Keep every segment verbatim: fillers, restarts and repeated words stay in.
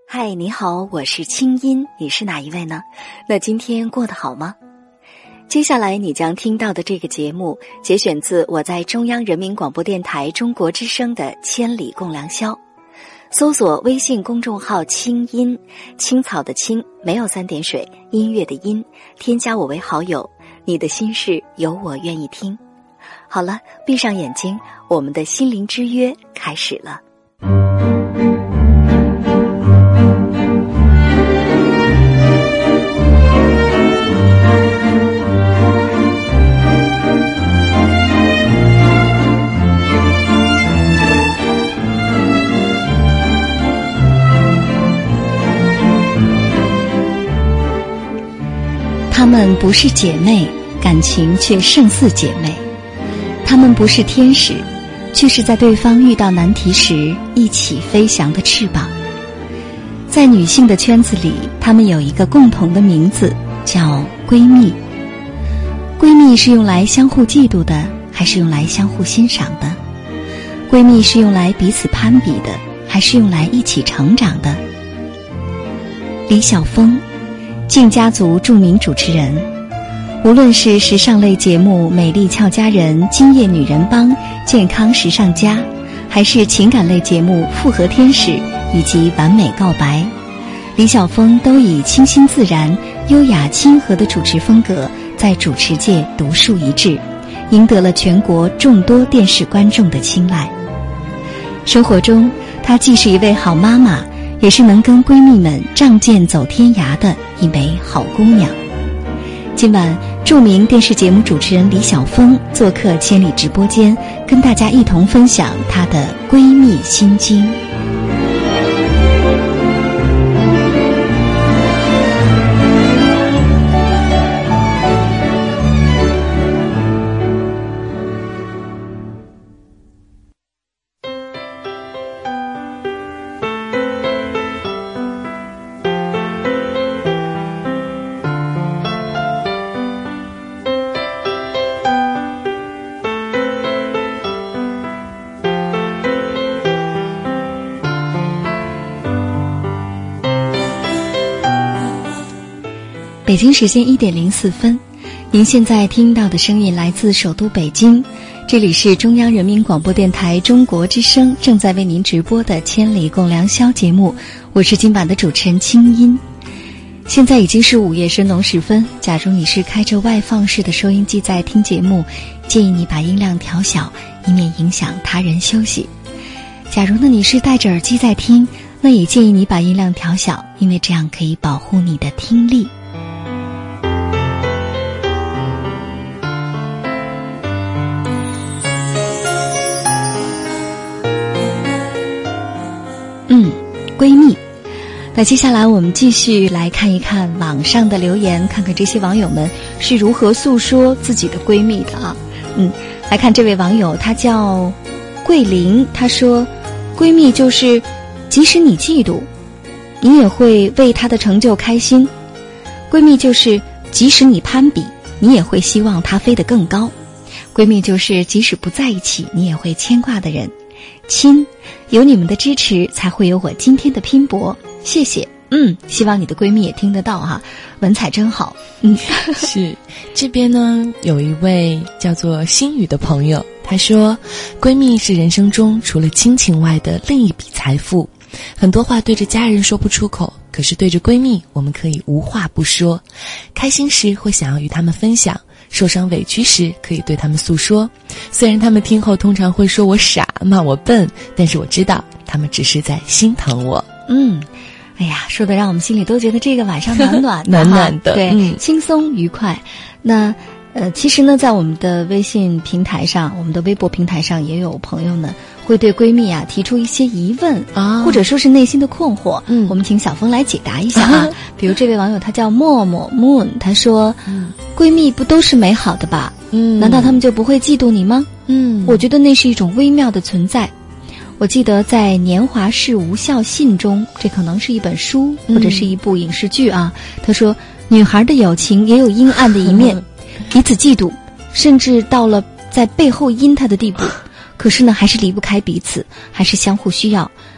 嗨，你好，我是清音，你是哪一位呢？那今天过得好吗？接下来你将听到的这个节目节选自我在中央人民广播电台中国之声的《千里共良宵》，搜索微信公众号清音，青草的青，没有三点水，音乐的音，添加我为好友，你的心事有我愿意听。好了，闭上眼睛，我们的心灵之约开始了。 她们不是姐妹，感情却胜似姐妹；她们不是天使，却是在对方遇到难题时一起飞翔的翅膀。在女性的圈子里，她们有一个共同的名字，叫闺蜜。闺蜜是用来相互嫉妒的，还是用来相互欣赏的？闺蜜是用来彼此攀比的，还是用来一起成长的？李晓峰，静家族著名主持人，无论是时尚类节目《美丽俏佳人》《今夜女人帮》《健康时尚家》，还是情感类节目《复合天使》以及《完美告白》，李晓峰都以清新自然、优雅亲和的主持风格，在主持界独树一帜，赢得了全国众多电视观众的青睐。生活中，她既是一位好妈妈，也是能跟闺蜜们仗剑走天涯的一枚好姑娘。今晚，著名电视节目主持人李晓峰做客千里直播间，跟大家一同分享她的闺蜜心经。北京时间一点零四分，您现在听到的声音来自首都北京，这里是中央人民广播电台中国之声正在为您直播的《千里共良宵》节目，我是今晚的主持人清音。现在已经是午夜深浓时分，假如你是开着外放式的收音机在听节目，建议你把音量调小，以免影响他人休息。假如呢你是戴着耳机在听，那也建议你把音量调小，因为这样可以保护你的听力。嗯，闺蜜。那接下来我们继续来看一看网上的留言，看看这些网友们是如何诉说自己的闺蜜的啊。嗯，来看这位网友，他叫桂林，他说，闺蜜就是即使你嫉妒，你也会为她的成就开心；闺蜜就是即使你攀比，你也会希望她飞得更高；闺蜜就是即使不在一起，你也会牵挂的人。亲，有你们的支持，才会有我今天的拼搏。谢谢。嗯，希望你的闺蜜也听得到哈，文采真好。嗯， 是。这边呢，有一位叫做心雨的朋友，他说，闺蜜是人生中除了亲情外的另一笔财富。很多话对着家人说不出口，可是对着闺蜜，我们可以无话不说。开心时会想要与她们分享，受伤委屈时可以对他们诉说。虽然他们听后通常会说我傻，骂我笨，但是我知道他们只是在心疼我。 嗯，哎呀，说的让我们心里都觉得这个晚上暖暖的暖暖的， 对、 嗯， 轻松愉快。那呃，其实呢，在我们的微信平台上，我们的微博平台上，也有朋友呢会对闺蜜啊提出一些疑问啊，或者说是内心的困惑。嗯，我们请小峰来解答一下啊。比如这位网友他叫默默 moon， 他说，嗯，闺蜜不都是美好的吧？嗯，难道他们就不会嫉妒你吗？嗯，我觉得那是一种微妙的存在。我记得在《年华是无效信》中，这可能是一本书或者是一部影视剧啊。他说，女孩的友情也有阴暗的一面，彼此嫉妒，甚至到了在背后阴她的地步。可是呢，还是离不开彼此，还是相互需要。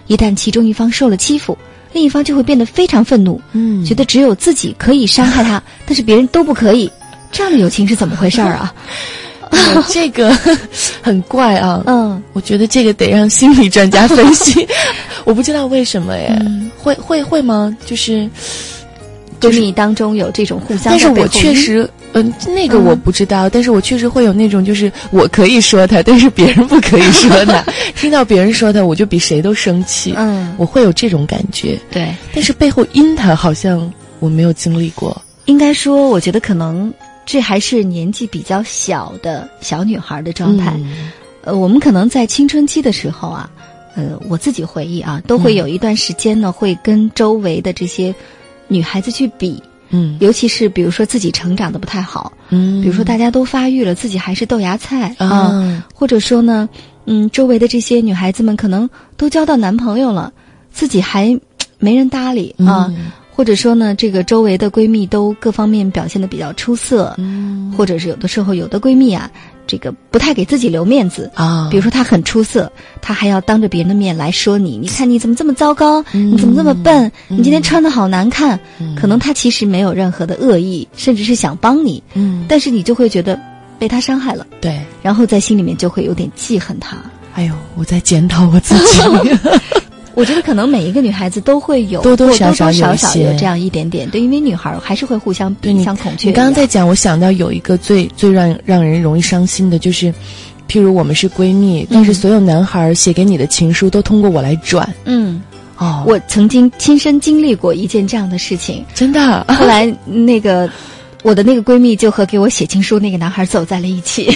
一旦其中一方受了欺负，另一方就会变得非常愤怒， 嗯， 觉得只有自己可以伤害他，但是别人都不可以。这样的友情是怎么回事儿啊？ 呃、这个很怪啊。 嗯， 我觉得这个得让心理专家分析。我不知道为什么耶， 嗯、 会会会吗？就是闺蜜当中有这种互相， 但是我确实，嗯、呃，那个我不知道、嗯，但是我确实会有那种，就是我可以说他，但是别人不可以说他。听到别人说他，我就比谁都生气。嗯，我会有这种感觉。 对，但是背后阴他好像我没有经历过。 应该说，我觉得可能这还是年纪比较小的小女孩的状态。嗯、呃，我们可能在青春期的时候啊，呃，我自己回忆啊，都会有一段时间呢，会跟周围的这些女孩子去比。嗯，尤其是比如说自己成长的不太好，嗯，比如说大家都发育了，自己还是豆芽菜啊、呃，或者说呢，嗯，周围的这些女孩子们可能都交到男朋友了，自己还没人搭理啊。嗯，或者说呢，这个周围的闺蜜都各方面表现得比较出色，嗯，或者是有的时候有的闺蜜啊，这个不太给自己留面子啊，比如说她很出色，她还要当着别人的面来说你，你看你怎么这么糟糕，嗯、你怎么这么笨，嗯、你今天穿得好难看，嗯、可能她其实没有任何的恶意，甚至是想帮你，嗯，但是你就会觉得被她伤害了， 对， 然后在心里面就会有点记恨她。 哎呦，我在检讨我自己。 我觉得可能每一个女孩子都会有多多少少少少有这样一点点，对，因为女孩还是会互相比、相孔雀。 你刚刚在讲，我想到有一个最最让让人容易伤心的，就是譬如我们是闺蜜，嗯、但是所有男孩写给你的情书都通过我来转。 嗯，哦，我曾经亲身经历过一件这样的事情， 真的。 后来那个我的那个闺蜜就和给我写情书那个男孩走在了一起。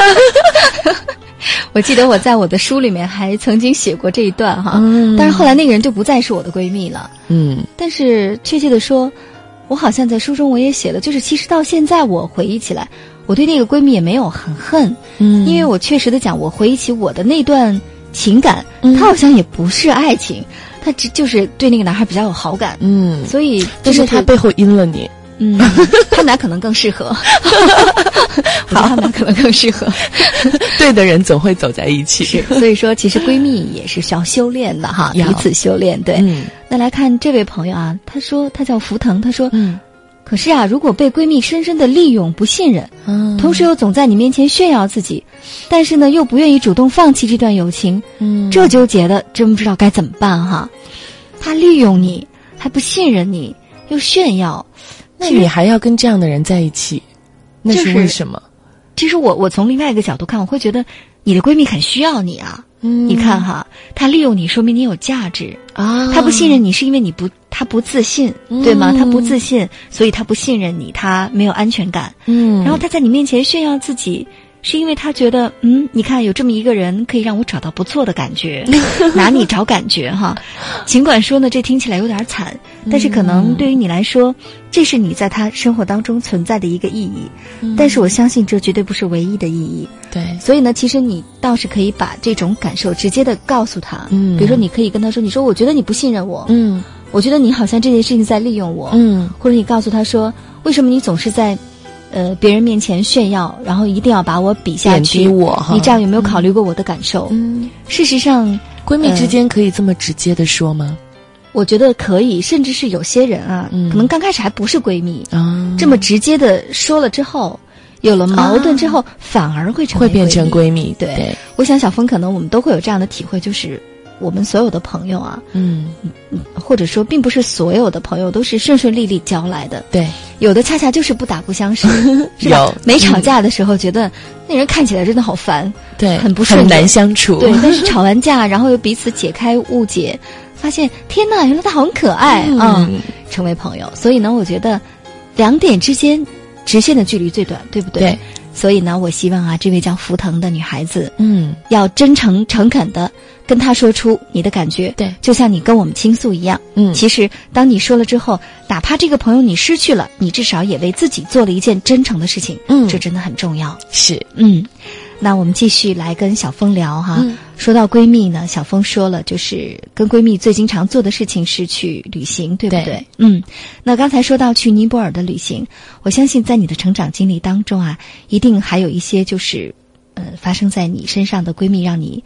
我记得我在我的书里面还曾经写过这一段哈，嗯、但是后来那个人就不再是我的闺蜜了。嗯，但是确切的说，我好像在书中我也写了，就是其实到现在我回忆起来，我对那个闺蜜也没有很恨，嗯，因为我确实的讲，我回忆起我的那段情感，嗯、他好像也不是爱情，他只就是对那个男孩比较有好感，嗯，所以但是他背后阴了你。 嗯，他们俩可能更适合。好，他们俩可能更适合。 对的人总会走在一起。 是，所以说其实闺蜜也是需要修炼的哈，彼此修炼。对，嗯、那来看这位朋友啊，他说他叫福腾，他说，嗯，可是啊，如果被闺蜜深深的利用、不信任，嗯，同时又总在你面前炫耀自己，但是呢又不愿意主动放弃这段友情，嗯，这纠结的真不知道该怎么办哈。他利用你，还不信任你，又炫耀。 那你还要跟这样的人在一起，那是为什么？ 其实我我从另外一个角度看，我会觉得你的闺蜜很需要你啊。嗯，你看哈，她利用你，说明你有价值啊。她不信任你，是因为你不，她不自信，嗯、对吗？她不自信，所以她不信任你，她没有安全感。嗯，然后她在你面前炫耀自己。是因为他觉得，嗯，你看有这么一个人可以让我找到不错的感觉，拿你找感觉哈。尽管说呢，这听起来有点惨，但是可能对于你来说，这是你在他生活当中存在的一个意义。嗯、但是我相信这绝对不是唯一的意义。 对， 所以呢，其实你倒是可以把这种感受直接的告诉他。嗯，比如说你可以跟他说，你说我觉得你不信任我。嗯，我觉得你好像这件事情在利用我。嗯，或者你告诉他说，为什么你总是在。呃，别人面前炫耀，然后一定要把我比下去， 贬低我哈。 你这样有没有考虑过我的感受？嗯，事实上， 闺蜜之间可以这么直接的说吗？ 呃、我觉得可以，甚至是有些人啊，嗯、可能刚开始还不是闺蜜，嗯、这么直接的说了之后，有了矛盾之后，啊、反而会成为会变成闺蜜。 对， 对我想小峰可能我们都会有这样的体会，就是我们所有的朋友啊，嗯，或者说并不是所有的朋友都是顺顺利利交来的， 对。 有的恰恰就是不打不相识，是吧？没吵架的时候觉得那人看起来真的好烦， 对， 很不顺， 很难相处。 对，但是吵完架，然后又彼此解开误解，发现天哪，原来他很可爱啊、嗯嗯，成为朋友。所以呢，我觉得两点之间直线的距离最短，对不对？ 对。 所以呢，我希望啊，这位叫福腾的女孩子，嗯，要真诚诚恳的跟她说出你的感觉， 对， 就像你跟我们倾诉一样，嗯，其实当你说了之后，哪怕这个朋友你失去了，你至少也为自己做了一件真诚的事情，嗯，这真的很重要。 是， 嗯，那我们继续来跟小峰聊哈。嗯、说到闺蜜呢，小峰说了，就是跟闺蜜最经常做的事情是去旅行，对不对？ 对， 嗯，那刚才说到去尼泊尔的旅行，我相信在你的成长经历当中啊，一定还有一些就是，呃，发生在你身上的闺蜜让你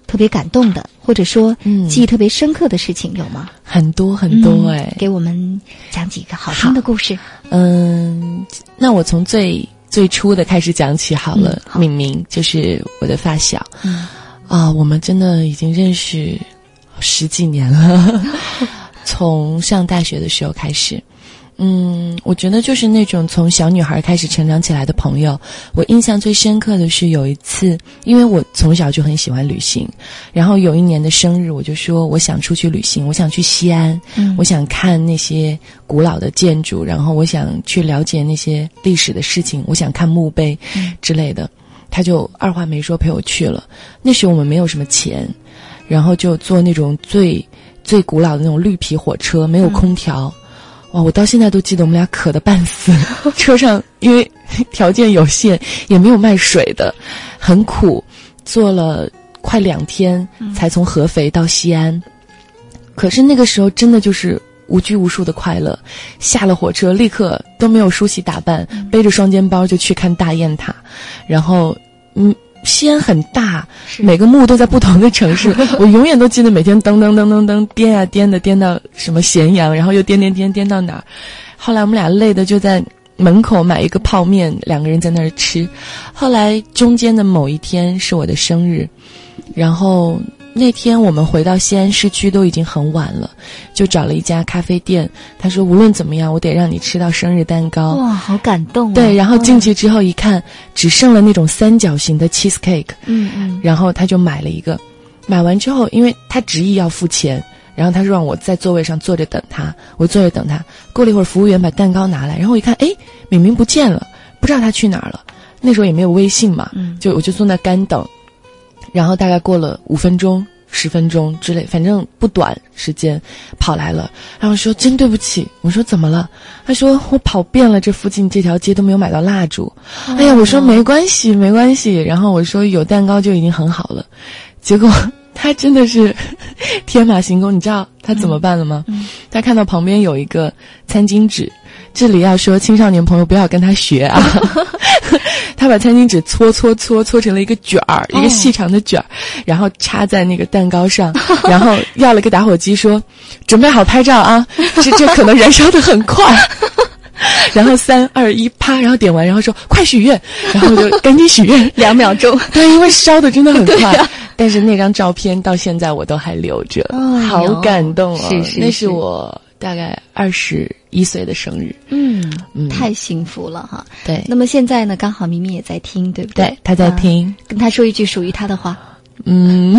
特别感动的，或者说嗯记忆特别深刻的事情有吗？ 很多很多哎、 嗯，给我们讲几个好听的故事。 嗯，那我从最最初的开始讲起好了。 嗯、好敏明就是我的发小， 嗯啊，我们真的已经认识十几年了，从上大学的时候开始。嗯，我觉得就是那种从小女孩开始成长起来的朋友。我印象最深刻的是有一次，因为我从小就很喜欢旅行，然后有一年的生日，我就说我想出去旅行，我想去西安， 嗯， 我想看那些古老的建筑，然后我想去了解那些历史的事情，我想看墓碑之类的。他就二话没说陪我去了。那时候我们没有什么钱，然后就坐那种最最古老的那种绿皮火车，没有空调。嗯哇！我到现在都记得我们俩渴得半死，车上因为条件有限，也没有卖水的，很苦，坐了快两天才从合肥到西安。嗯、可是那个时候真的就是无拘无束的快乐，下了火车立刻都没有梳洗打扮，嗯、背着双肩包就去看大雁塔，然后嗯。西安很大，每个墓都在不同的城市。我永远都记得每天噔噔噔噔噔颠呀颠的颠到什么咸阳，然后又颠颠颠颠到哪儿。后来我们俩累的就在门口买一个泡面，两个人在那儿吃。后来中间的某一天是我的生日，然后那天我们回到西安市区都已经很晚了，就找了一家咖啡店。他说无论怎么样我得让你吃到生日蛋糕。 哇，好感动啊。 对，然后进去之后一看、嗯、只剩了那种三角形的 cheesecake。 嗯嗯。 然后他就买了一个，买完之后因为他执意要付钱，然后他让我在座位上坐着等他，我坐着等他。过了一会儿服务员把蛋糕拿来，然后我一看，诶，明明不见了，不知道他去哪儿了。那时候也没有微信嘛， 嗯， 就我就坐那干等。然后大概过了五分钟十分钟之类，反正不短时间跑来了，然后说真对不起。我说怎么了？他说我跑遍了这附近这条街都没有买到蜡烛。哦、哎呀，我说没关系没关系，然后我说有蛋糕就已经很好了。结果他真的是天马行空，你知道他怎么办了吗？ 嗯嗯、 他看到旁边有一个餐巾纸，这里要说青少年朋友不要跟他学啊。他把餐巾纸搓搓搓搓成了一个卷儿，一个细长的卷儿，然后插在那个蛋糕上，然后要了个打火机说准备好拍照啊，这这可能燃烧得很快。然后三二一啪，然后点完，然后说快许愿，然后就赶紧许愿， 两秒钟。 对，因为烧的真的很快。啊、但是那张照片到现在我都还留着， 哦、 好感动哦！ 是是是， 那是我大概二十一岁的生日。 嗯嗯， 太幸福了哈。 对。 那么现在呢，刚好咪咪也在听，对不对？ 对，他在听、啊， 跟他说一句属于他的话。 嗯。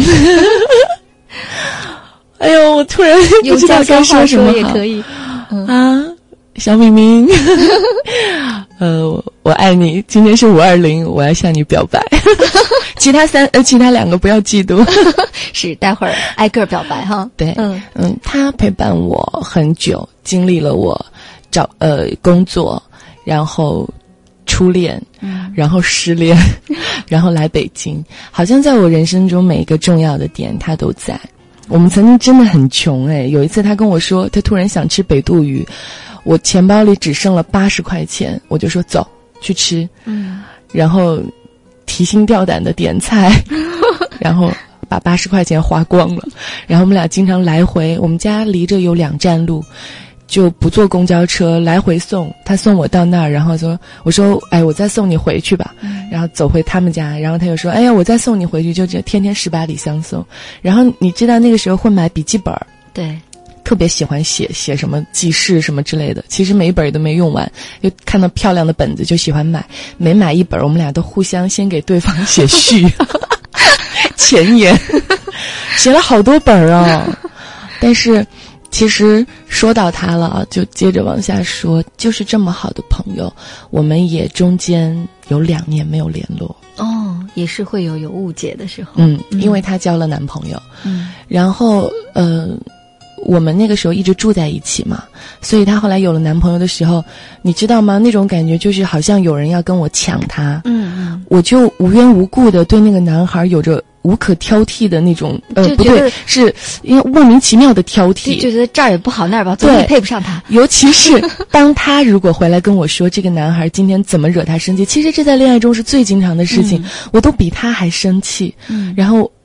哎呦，我突然不知道该说什么好。 也可以。 嗯、啊。小明明，呃，我爱你。今天是五二零，我要向你表白。其他三呃，其他两个不要嫉妒。 是，待会儿挨个表白哈。 对，嗯嗯，他陪伴我很久，经历了我找呃工作，然后初恋， 嗯， 然后失恋，然后来北京，好像在我人生中每一个重要的点，他都在。我们曾经真的很穷诶，有一次他跟我说，他突然想吃北肚鱼。我钱包里只剩了八十块钱，我就说走去吃， 嗯， 然后提心吊胆的点菜，然后把八十块钱花光了。然后我们俩经常来回，我们家离着有两站路，就不坐公交车，来回送。他送我到那儿，然后说，我说，哎，我再送你回去吧。 嗯、 然后走回他们家，然后他又说，哎呀，我再送你回去，就这天天十八里相送。然后你知道那个时候会买笔记本， 对。 特别喜欢写写什么记事什么之类的，其实每一本都没用完，就看到漂亮的本子就喜欢买，每买一本我们俩都互相先给对方写序前言，写了好多本哦。但是其实说到他了啊，就接着往下说，就是这么好的朋友，我们也中间有两年没有联络。 哦，也是会有有误解的时候。 嗯，因为她交了男朋友。 嗯， 然后呃我们那个时候一直住在一起嘛，所以她后来有了男朋友的时候，你知道吗？那种感觉就是好像有人要跟我抢她。 嗯嗯， 我就无缘无故的对那个男孩有着无可挑剔的那种，呃，不对，是因为莫名其妙的挑剔， 就觉得这儿也不好那儿吧，总也配不上他。 尤其是当他如果回来跟我说这个男孩今天怎么惹他生气，其实这在恋爱中是最经常的事情，嗯、我都比他还生气。 嗯， 然后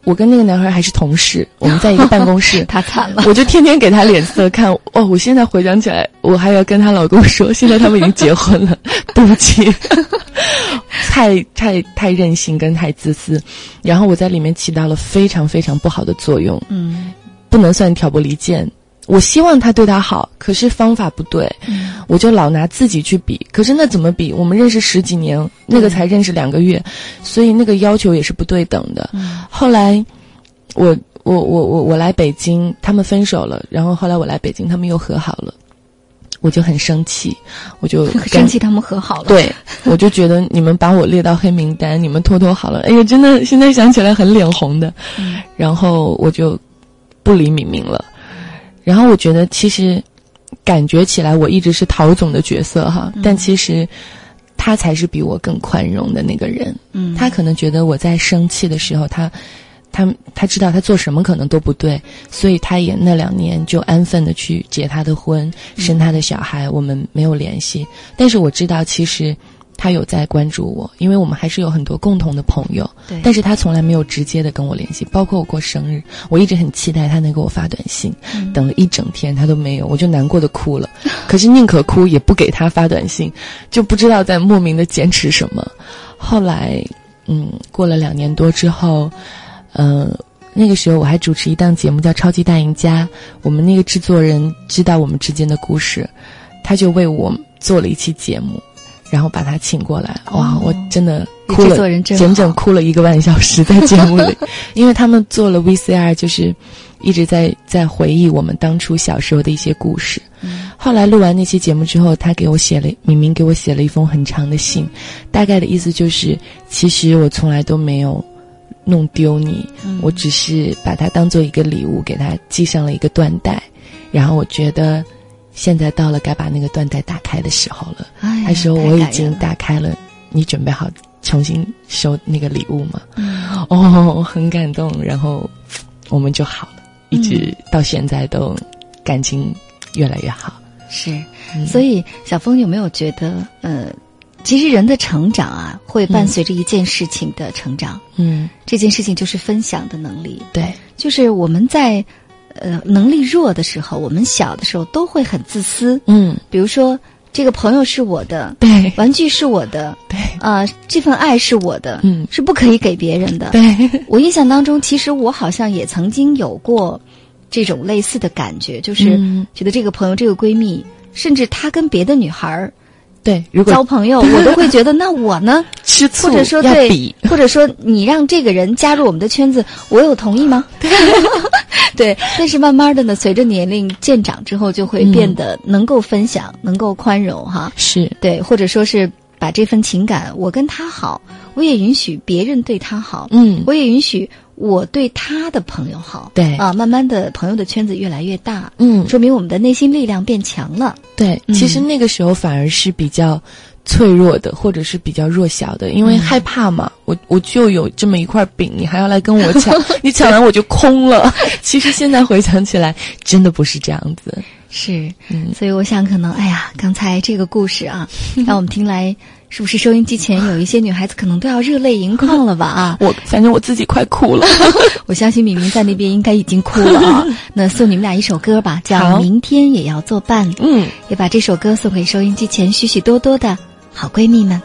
我跟那个男孩还是同事，我们在一个办公室。 他惨了， 我就天天给他脸色看。哦，我现在回想起来，我还要跟她老公说，现在他们已经结婚了，对不起。太太太任性跟太自私，然后我在里面起到了非常非常不好的作用。嗯，不能算挑拨离间。我希望他对他好，可是方法不对，嗯、我就老拿自己去比。可是那怎么比？我们认识十几年，那个才认识两个月，所以那个要求也是不对等的。嗯、后来，我我我我我来北京，他们分手了，然后后来我来北京，他们又和好了。我就很生气，我就很生气，他们和好了。 对，我就觉得你们把我列到黑名单，你们拖拖好了。哎呀，真的，现在想起来很脸红的。嗯、然后我就不理敏敏了。然后我觉得，其实感觉起来我一直是陶总的角色哈，嗯、但其实他才是比我更宽容的那个人。嗯，他可能觉得我在生气的时候，他。他他知道他做什么可能都不对，所以他也那两年就安分的去结他的婚，生他的小孩，我们没有联系。但是我知道其实他有在关注我，因为我们还是有很多共同的朋友。对，但是他从来没有直接的跟我联系，包括我过生日，我一直很期待他能给我发短信，嗯、等了一整天他都没有，我就难过的哭了。可是宁可哭也不给他发短信，就不知道在莫名的坚持什么。后来嗯，过了两年多之后，呃，那个时候我还主持一档节目叫《超级大赢家》，我们那个制作人知道我们之间的故事，他就为我做了一期节目，然后把他请过来。哦、哇，我真的哭了，整整哭了一个半小时在节目里，因为他们做了 V C R， 就是一直在在回忆我们当初小时候的一些故事。嗯、后来录完那期节目之后，他给我写了，明明给我写了一封很长的信，大概的意思就是，其实我从来都没有弄丢你，嗯、我只是把它当做一个礼物给他系上了一个缎带，然后我觉得现在到了该把那个缎带打开的时候了。哎、他说我已经打开了，你准备好重新收那个礼物吗？嗯、哦，很感动，然后我们就好了，一直到现在都感情越来越好。 是，嗯、所以小峰有没有觉得呃其实人的成长啊，会伴随着一件事情的成长。嗯，这件事情就是分享的能力。对，就是我们在呃能力弱的时候，我们小的时候都会很自私。嗯，比如说这个朋友是我的，对，玩具是我的，对，啊、呃，这份爱是我的，嗯，是不可以给别人的。对，我印象当中，其实我好像也曾经有过这种类似的感觉，就是觉得这个朋友、这个闺蜜，甚至她跟别的女孩儿。对，如果交朋友，我都会觉得，那我呢？吃醋，或者说对，或者说你让这个人加入我们的圈子，我有同意吗？对，但是慢慢的呢，随着年龄渐长之后，就会变得能够分享，嗯、能够宽容，哈，是对，或者说是把这份情感，我跟他好，我也允许别人对他好，嗯，我也允许我对他的朋友好，对啊，慢慢的朋友的圈子越来越大，嗯，说明我们的内心力量变强了。对，嗯、其实那个时候反而是比较脆弱的，或者是比较弱小的，因为害怕嘛，嗯、我我就有这么一块饼，你还要来跟我抢，你抢完我就空了。其实现在回想起来，真的不是这样子。是，嗯，所以我想可能，哎呀，刚才这个故事啊，让我们听来，是不是收音机前有一些女孩子可能都要热泪盈眶了吧？啊，我反正我自己快哭了。我相信敏敏在那边应该已经哭了啊。那送你们俩一首歌吧，叫《明天也要作伴》。嗯，也把这首歌送给收音机前许许多多的好闺蜜们。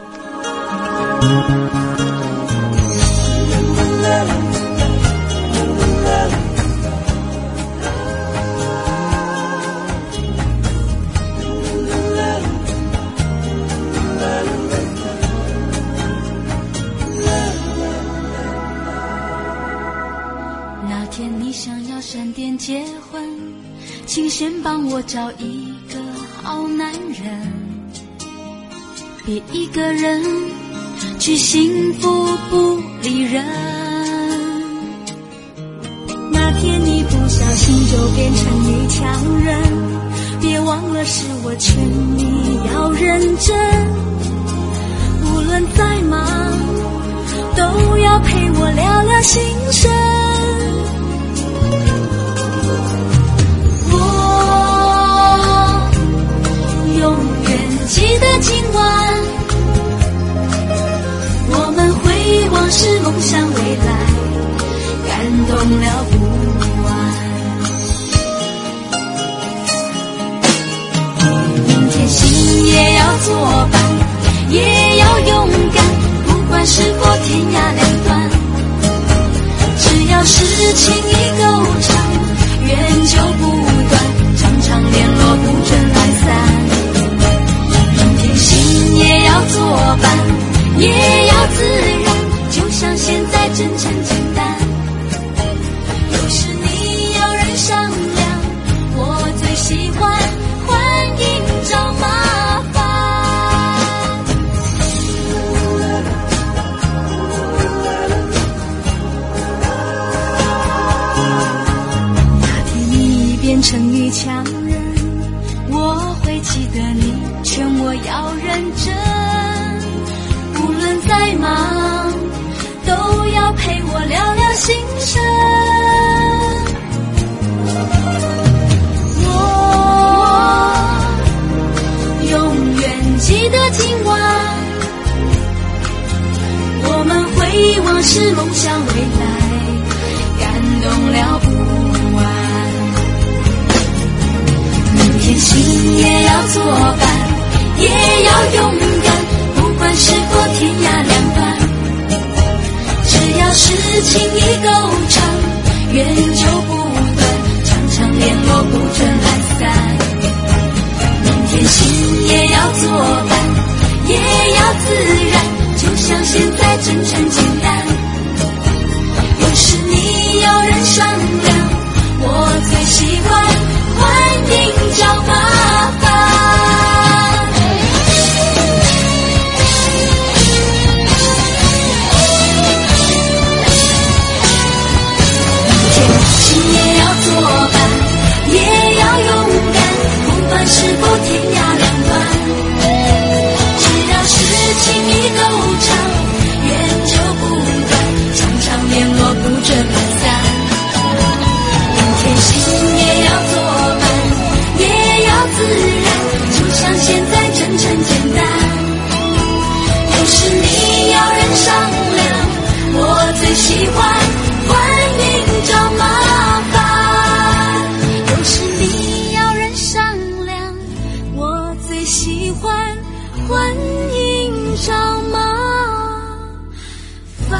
闪电结婚，请先帮我找一个好男人，别一个人去幸福不理人。那天你不小心就变成女强人，别忘了是我劝你要认真，无论再忙都要陪我聊聊心声。永远记得今晚，我们回忆往事，梦想未来，感作伴，也要勇敢，不管是否天涯两端。只要是情意够长，缘就不断，常常联络不准来散。明天心也要作伴，也要自然，就像现在真诚简单。有时你有人商量，我最喜欢欢迎找麻烦。那天你变成女强人，我会记得你劝我要认真，无论再忙都要陪我聊聊心声。记得今晚我们回忆往事，梦想未来，感动了不完。明天心也要作伴，也要勇敢，不管是否天涯两端。只要是情意够长，缘就不断，常常联络不准来散。明天心也要作伴，也要自然，就像现在真诚简单。有时你有人商量，我最喜欢欢迎找麻烦。明天心也要作伴，也要勇敢，不管是否天涯两端。只要是情意够长，缘就不断，常常联络不准来散。明天心也要作伴，也要自然，就像现在真诚简单。有时你要人商量，我最喜欢欢迎找麻烦。有时你要人商量，我最喜欢欢迎找麻烦。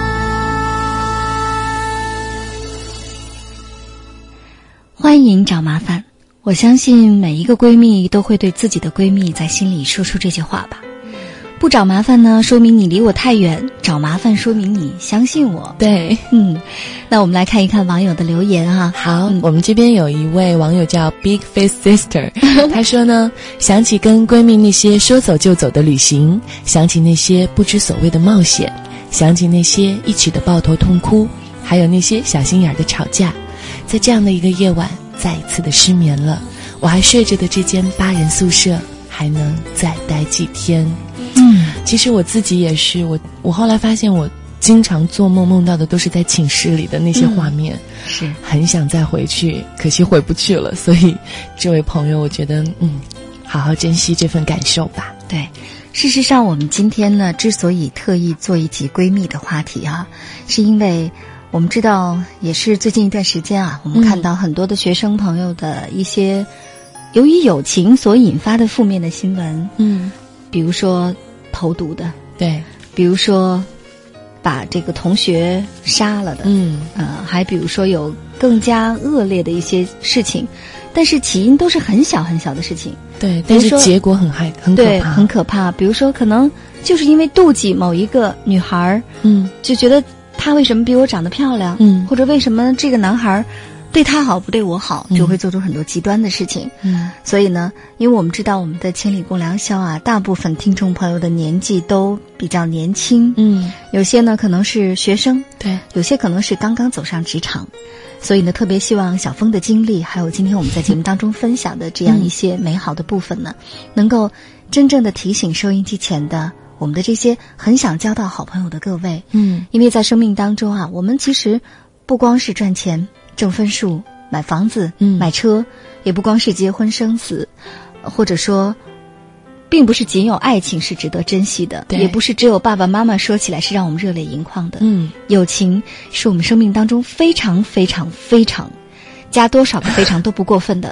欢迎找麻烦，我相信每一个闺蜜都会对自己的闺蜜在心里说出这句话吧。不找麻烦呢，说明你离我太远；找麻烦，说明你相信我。 对， 嗯，那我们来看一看网友的留言啊。 好，嗯、我们这边有一位网友叫 Big Face Sister， 她说呢，想起跟闺蜜那些说走就走的旅行，想起那些不知所谓的冒险，想起那些一起的抱头痛哭，还有那些小心眼的吵架，在这样的一个夜晚，再一次的失眠了。我还睡着的这间八人宿舍，还能再待几天。嗯，其实我自己也是，我我后来发现我经常做梦梦到的都是在寝室里的那些画面，嗯、 是很想再回去，可惜回不去了。所以这位朋友，我觉得嗯，好好珍惜这份感受吧。 对，事实上我们今天呢，之所以特意做一集闺蜜的话题啊，是因为我们知道，也是最近一段时间啊，我们看到很多的学生朋友的一些由于友情所引发的负面的新闻，嗯，比如说投毒的， 对， 比如说把这个同学杀了的，嗯，呃，还比如说有更加恶劣的一些事情，但是起因都是很小很小的事情， 对，但是结果很害很可怕， 对，很可怕。比如说，可能就是因为妒忌某一个女孩，嗯，就觉得她为什么比我长得漂亮，嗯，或者为什么这个男孩对她好不对我好，就会做出很多极端的事情。嗯，所以呢，因为我们知道我们的千里共良宵啊，大部分听众朋友的年纪都比较年轻，嗯，有些呢可能是学生， 对， 有些可能是刚刚走上职场，所以呢，特别希望小峰的经历，还有今天我们在节目当中分享的这样一些美好的部分呢，嗯、能够真正的提醒收音机前的我们的这些很想交到好朋友的各位，嗯，因为在生命当中啊，我们其实不光是赚钱、挣分数、买房子、嗯、买车，也不光是结婚生子，或者说并不是仅有爱情是值得珍惜的，也不是只有爸爸妈妈说起来是让我们热泪盈眶的。嗯，友情是我们生命当中非常非常非常加多少个非常都不过分的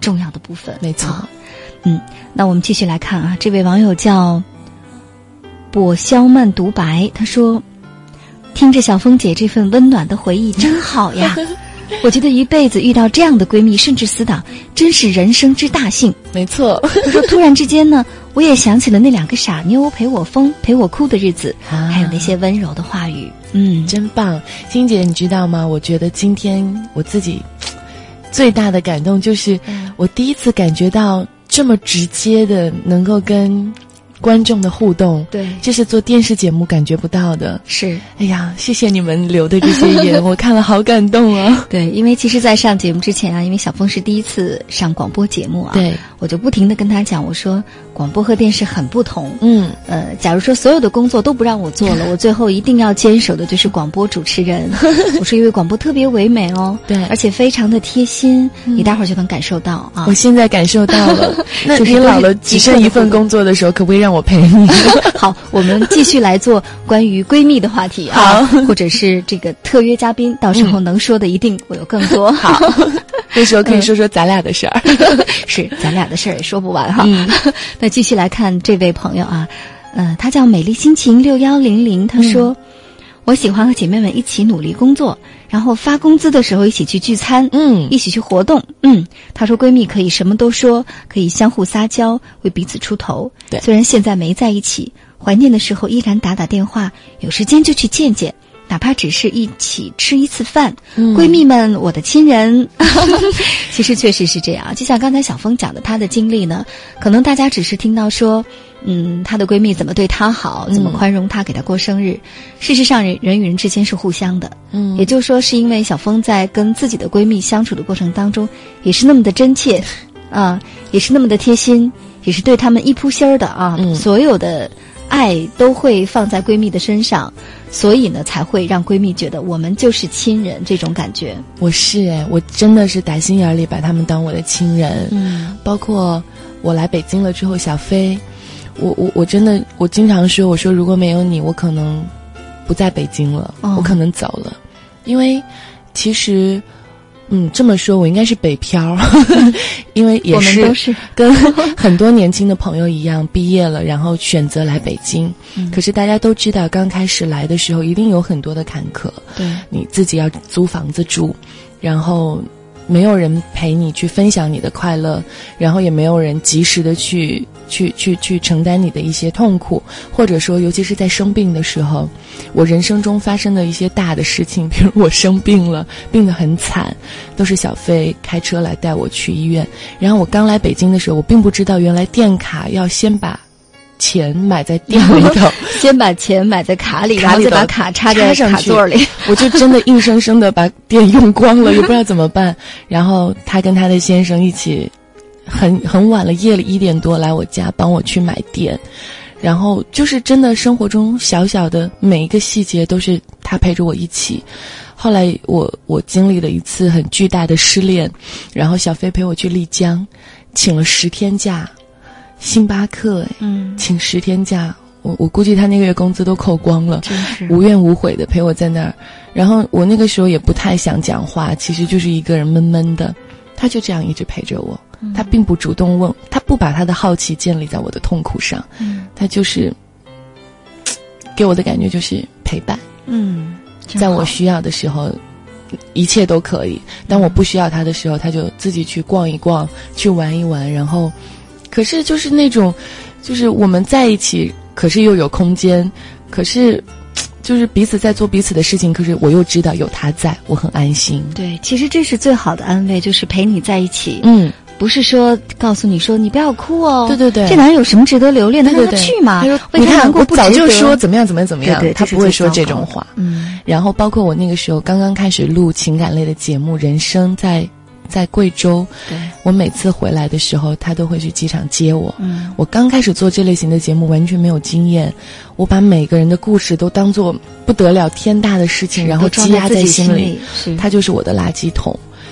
重要的部分。 没错。 啊嗯，那我们继续来看啊，这位网友叫跛肖曼独白，他说：“听着小峰姐这份温暖的回忆真好呀，我觉得一辈子遇到这样的闺蜜甚至死党，真是人生之大幸。” 没错。 他说：“突然之间呢，我也想起了那两个傻妞陪我疯、陪我哭的日子， 啊、 还有那些温柔的话语。”嗯， 真棒，欣姐，你知道吗？我觉得今天我自己最大的感动就是，我第一次感觉到这么直接的能够跟观众的互动， 对， 这是做电视节目感觉不到的。 是， 哎呀，谢谢你们留的这些言，我看了好感动啊。 对，因为其实在上节目之前啊，因为小峰是第一次上广播节目啊， 对， 我就不停地跟他讲，我说广播和电视很不同。 嗯， 呃，假如说所有的工作都不让我做了，我最后一定要坚守的就是广播主持人。我说因为广播特别唯美哦， 对， 而且非常的贴心，嗯、你待会儿就能感受到啊。 我现在感受到了。那你老了只剩一份工作的时候，可不可以让我陪你？ 好，我们继续来做关于闺蜜的话题啊，或者是这个特约嘉宾，到时候能说的一定会有更多。嗯、 好，那时候可以说说咱俩的事儿。 是，咱俩的事儿也说不完哈。 嗯、 那继续来看这位朋友啊，呃，他叫美丽心情六幺零零，他说。嗯我喜欢和姐妹们一起努力工作，然后发工资的时候一起去聚餐， 嗯， 一起去活动，嗯。她说闺蜜可以什么都说，可以相互撒娇，为彼此出头。 对， 虽然现在没在一起，怀念的时候依然打打电话，有时间就去见见，哪怕只是一起吃一次饭。嗯、闺蜜们，我的亲人。其实确实是这样，就像刚才小峰讲的，她的经历呢，可能大家只是听到说。嗯，她的闺蜜怎么对她好，怎么宽容她，给她过生日。嗯、事实上，人人与人之间是互相的。嗯，也就是说，是因为小峰在跟自己的闺蜜相处的过程当中，也是那么的真切，啊，也是那么的贴心，也是对她们一扑心儿的啊。嗯，所有的爱都会放在闺蜜的身上，所以呢，才会让闺蜜觉得我们就是亲人这种感觉。 我是哎，我真的是打心眼里把她们当我的亲人。嗯，包括我来北京了之后，小飞。我我我真的我经常说，我说如果没有你，我可能不在北京了，哦、我可能走了，因为其实，嗯，这么说我应该是北漂，因为也是我们都是跟很多年轻的朋友一样，毕业了然后选择来北京。嗯、可是大家都知道，刚开始来的时候一定有很多的坎坷， 对， 你自己要租房子住，然后。没有人陪你去分享你的快乐，然后也没有人及时的去去去去承担你的一些痛苦，或者说尤其是在生病的时候，我人生中发生的一些大的事情，比如我生病了，病得很惨，都是小飞开车来带我去医院。然后我刚来北京的时候，我并不知道原来电卡要先把钱买在店里头， 先把钱买在卡里， 卡里然后再把卡插在卡座里。 我就真的硬生生的把店用光了，也不知道怎么办。然后他跟他的先生一起，很很晚了，夜里一点多来我家帮我去买电。然后就是真的生活中小小的每一个细节都是他陪着我一起。后来我我经历了一次很巨大的失恋，然后小飞陪我去丽江，请了十天假。星巴克，嗯，请十天假，我我估计他那个月工资都扣光了， 真是无怨无悔的陪我在那儿。然后我那个时候也不太想讲话，其实就是一个人闷闷的，他就这样一直陪着我。嗯、他并不主动问，他不把他的好奇建立在我的痛苦上，嗯，他就是给我的感觉就是陪伴， 嗯， 在我需要的时候。一切都可以，当我不需要他的时候，他就自己去逛一逛，去玩一玩，然后可是就是那种就是我们在一起，可是又有空间，可是就是彼此在做彼此的事情，可是我又知道有他在，我很安心。 对，其实这是最好的安慰，就是陪你在一起。 嗯， 不是说告诉你说你不要哭哦， 对对对， 这男人有什么值得留恋的，让他去嘛。 他说为他难过不值得， 我早就说怎么样怎么样怎么样， 对对， 他不会说这种话。 嗯， 然后包括我那个时候刚刚开始录情感类的节目，人生在在贵州， 对， 我每次回来的时候，他都会去机场接我。 嗯， 我刚开始做这类型的节目，完全没有经验，我把每个人的故事都当作不得了天大的事情，然后积压在心里。他就是我的垃圾桶。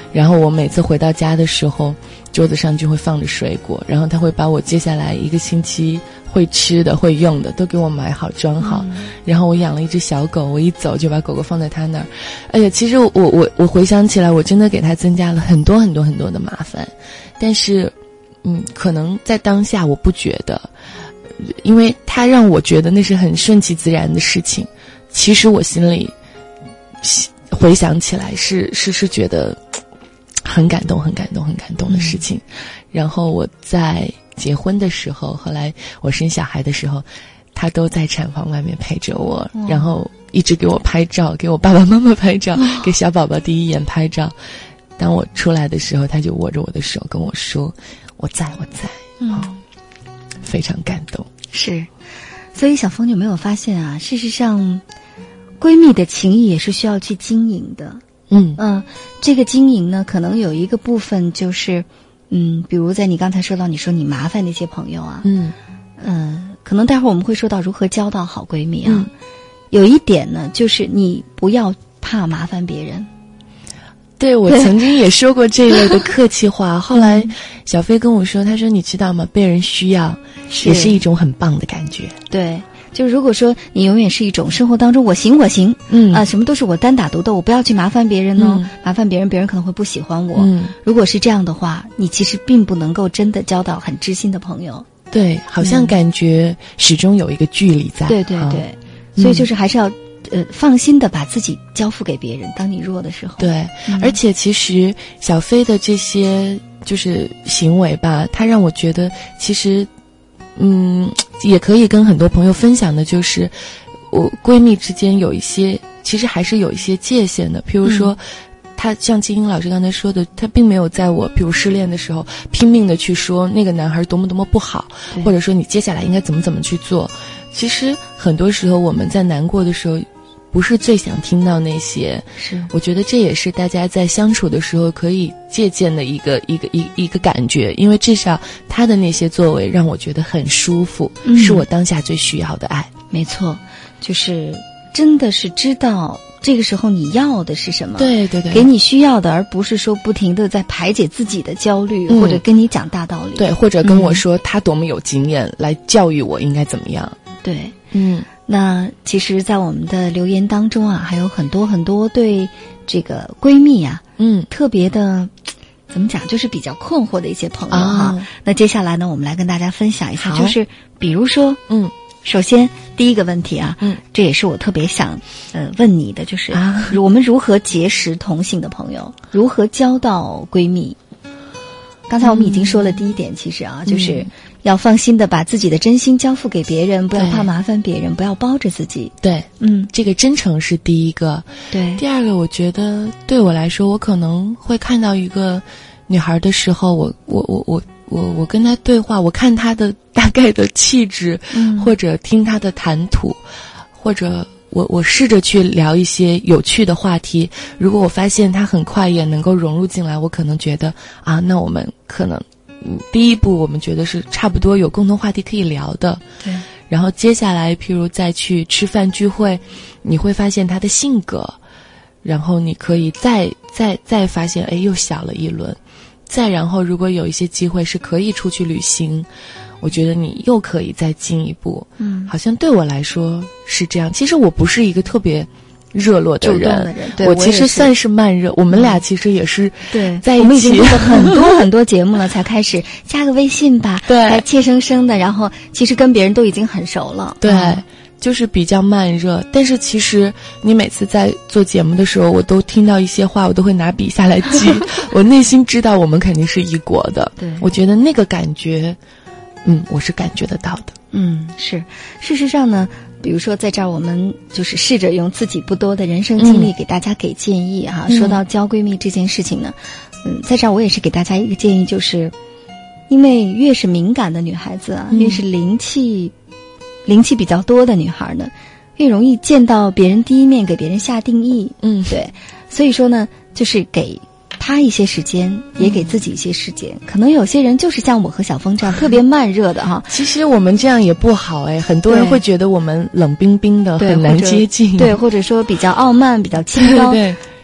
然后我每次回到家的时候，桌子上就会放着水果，然后他会把我接下来一个星期会吃的会用的都给我买好装好、嗯、然后我养了一只小狗，我一走就把狗狗放在他那儿。哎呀，其实我我我回想起来，我真的给他增加了很多很多很多的麻烦，但是嗯，可能在当下我不觉得，因为他让我觉得那是很顺其自然的事情，其实我心里回想起来是是是觉得很感动很感动很感动的事情、嗯、然后我在结婚的时候，后来我生小孩的时候，他都在产房外面陪着我、嗯、然后一直给我拍照，给我爸爸妈妈拍照、嗯、给小宝宝第一眼拍照。当我出来的时候，他就握着我的手跟我说我在我在、嗯哦、非常感动。 是，所以小峰，你有没有发现啊，事实上闺蜜的情谊也是需要去经营的。 嗯嗯、呃，这个经营呢，可能有一个部分就是，嗯，比如在你刚才说到，你说你麻烦那些朋友啊， 嗯呃，可能待会儿我们会说到如何交到好闺蜜啊。 嗯、 有一点呢，就是你不要怕麻烦别人。 对，我曾经也说过这一类的客气话，后来小飞跟我说，他说你知道吗，被人需要也是一种很棒的感觉。 对，就如果说你永远是一种生活当中我行我行， 嗯啊、呃，什么都是我单打独斗，我不要去麻烦别人哦、 嗯、 麻烦别人别人可能会不喜欢我、 嗯、 如果是这样的话，你其实并不能够真的交到很知心的朋友。 对，好像感觉始终有一个距离在。 对对对、嗯、所以就是还是要呃，放心的把自己交付给别人，当你弱的时候。 对、 嗯、 而且其实小飞的这些就是行为吧，他让我觉得其实嗯也可以跟很多朋友分享的，就是我闺蜜之间有一些其实还是有一些界限的。譬如说、嗯、他像金英老师刚才说的，他并没有在我比如失恋的时候拼命的去说那个男孩多么多么不好，或者说你接下来应该怎么怎么去做。其实很多时候我们在难过的时候不是最想听到那些， 是我觉得这也是大家在相处的时候可以借鉴的一个一个一一个感觉，因为至少他的那些作为让我觉得很舒服、嗯、是我当下最需要的爱。 没错，就是真的是知道这个时候你要的是什么， 对对对， 给你需要的，而不是说不停的在排解自己的焦虑、嗯、或者跟你讲大道理， 对，或者跟我说他多么有经验、嗯、来教育我应该怎么样。 对， 嗯， 那其实在我们的留言当中啊，还有很多很多对这个闺蜜啊， 嗯， 特别的怎么讲，就是比较困惑的一些朋友哈、 哦、 那接下来呢，我们来跟大家分享一下，就是比如说嗯首先第一个问题啊， 嗯， 这也是我特别想呃问你的，就是啊，我们如何结识同性的朋友，如何交到闺蜜。刚才我们已经说了第一点，其实啊、嗯、就是要放心的把自己的真心交付给别人，不要怕麻烦别人，不要包着自己。 对， 嗯， 这个真诚是第一个。 对， 第二个我觉得对我来说，我可能会看到一个女孩的时候，我我我我我我跟她对话，我看她的大概的气质、嗯、或者听她的谈吐，或者我我试着去聊一些有趣的话题，如果我发现她很快也能够融入进来，我可能觉得啊，那我们可能嗯第一步我们觉得是差不多有共同话题可以聊的。 对， 然后接下来譬如再去吃饭聚会，你会发现她的性格，然后你可以再再再发现哎又小了一轮，再然后如果有一些机会是可以出去旅行，我觉得你又可以再进一步。 嗯， 好像对我来说是这样。其实我不是一个特别热络的人， 主动的人，对， 我其实算是慢热。我们俩其实也是对在一起， 我们已经录了很多很多节目了，才开始加个微信吧， 对， 还怯生生的，然后其实跟别人都已经很熟了， 对。 嗯， 就是比较慢热，但是其实你每次在做节目的时候，我都听到一些话，我都会拿笔下来记。我内心知道我们肯定是一国的， 对， 我觉得那个感觉，嗯，我是感觉得到的。 嗯，是。事实上呢，比如说在这儿，我们就是试着用自己不多的人生经历给大家给建议哈。 嗯、 说到交闺蜜这件事情呢，嗯，在这儿我也是给大家一个建议，就是因为越是敏感的女孩子啊， 嗯、 越是灵气。灵气比较多的女孩呢，越容易见到别人第一面，给别人下定义。 嗯， 对，所以说呢，就是给他一些时间，也给自己一些时间。嗯、可能有些人就是像我和小峰这样特别慢热的哈。 其实我们这样也不好哎，很多人会觉得我们冷冰冰的，很难接近。 对，或者说比较傲慢、比较清高。 对。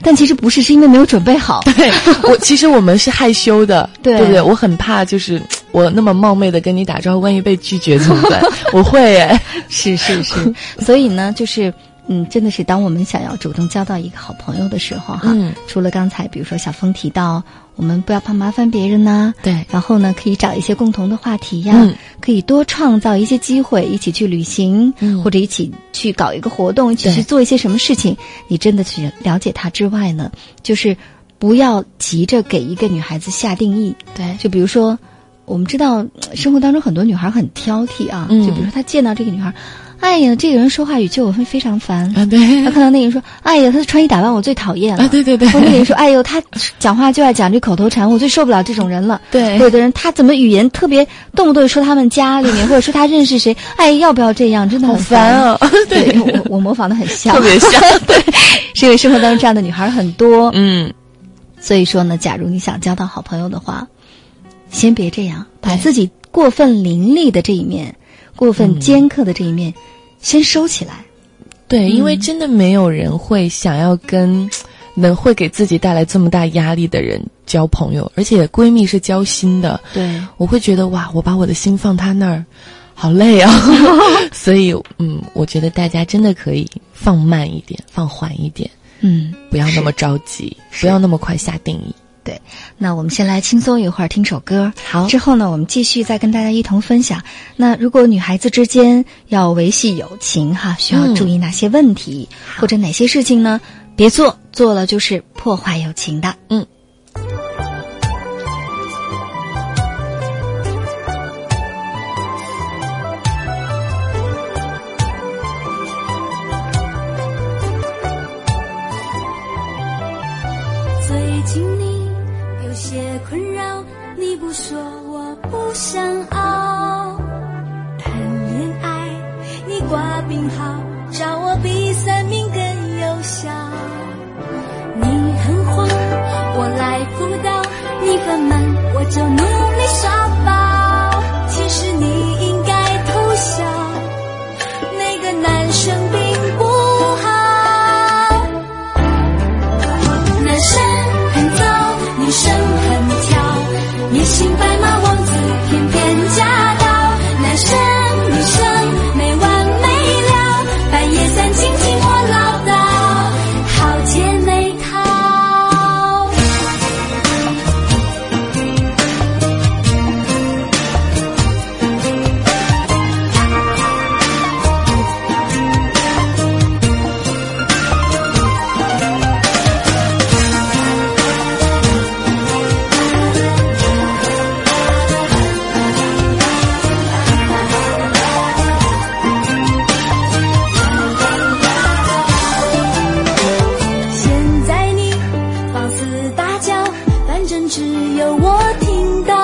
但其实不是，是因为没有准备好。 对，我其实我们是害羞的， 对对不对？我很怕，就是我那么冒昧的跟你打招呼，万一被拒绝怎么办？我会哎， 是是是，所以呢，就是嗯，真的是当我们想要主动交到一个好朋友的时候，哈， 嗯， 除了刚才比如说小峰提到，我们不要怕麻烦别人呐、啊， 对， 然后呢，可以找一些共同的话题呀、 嗯， 可以多创造一些机会，一起去旅行， 嗯， 或者一起去搞一个活动，一起去做一些什么事情。你真的去了解他之外呢，就是不要急着给一个女孩子下定义。 对， 就比如说，我们知道生活当中很多女孩很挑剔啊， 嗯， 就比如说她见到这个女孩。哎呀，这个人说话语气我会非常烦啊！对， 他看到那个人说：“哎呀，他穿衣打扮我最讨厌了。” 啊，对对对。 或者那个人说：“哎呦，他讲话就爱讲这口头禅，我最受不了这种人了。” 对。 有的人他怎么语言特别，动不动说他们家里面，或者说他认识谁，哎，要不要这样？真的很烦啊！ 对，对我我模仿的很像， 特别像。 对，是因为生活当中这样的女孩很多。 嗯。 所以说呢，假如你想交到好朋友的话，先别这样，把自己过分凌厉的这一面。过分尖刻的这一面、嗯、先收起来。 对、嗯、因为真的没有人会想要跟能会给自己带来这么大压力的人交朋友，而且闺蜜是交心的。 对， 我会觉得哇，我把我的心放她那儿好累啊所以嗯，我觉得大家真的可以放慢一点，放缓一点， 嗯， 不要那么着急，不要那么快下定义。 对，那我们先来轻松一会儿，听首歌。 好， 之后呢，我们继续再跟大家一同分享。那如果女孩子之间要维系友情哈，需要注意哪些问题、嗯、或者哪些事情呢？别做，做了就是破坏友情的。 嗯。 最近你有些困扰，你不说我不想熬。谈恋爱你挂病号，找我比算命更有效。你很慌，我来辅导，你烦闷我就努力耍宝。其实你应该偷笑，那个男生并不好。男生很糟，女生很挑，迷信白马王子偏偏驾到。男生女生没完没了，半夜三更听我唠叨，好姐妹淘。只有我听到，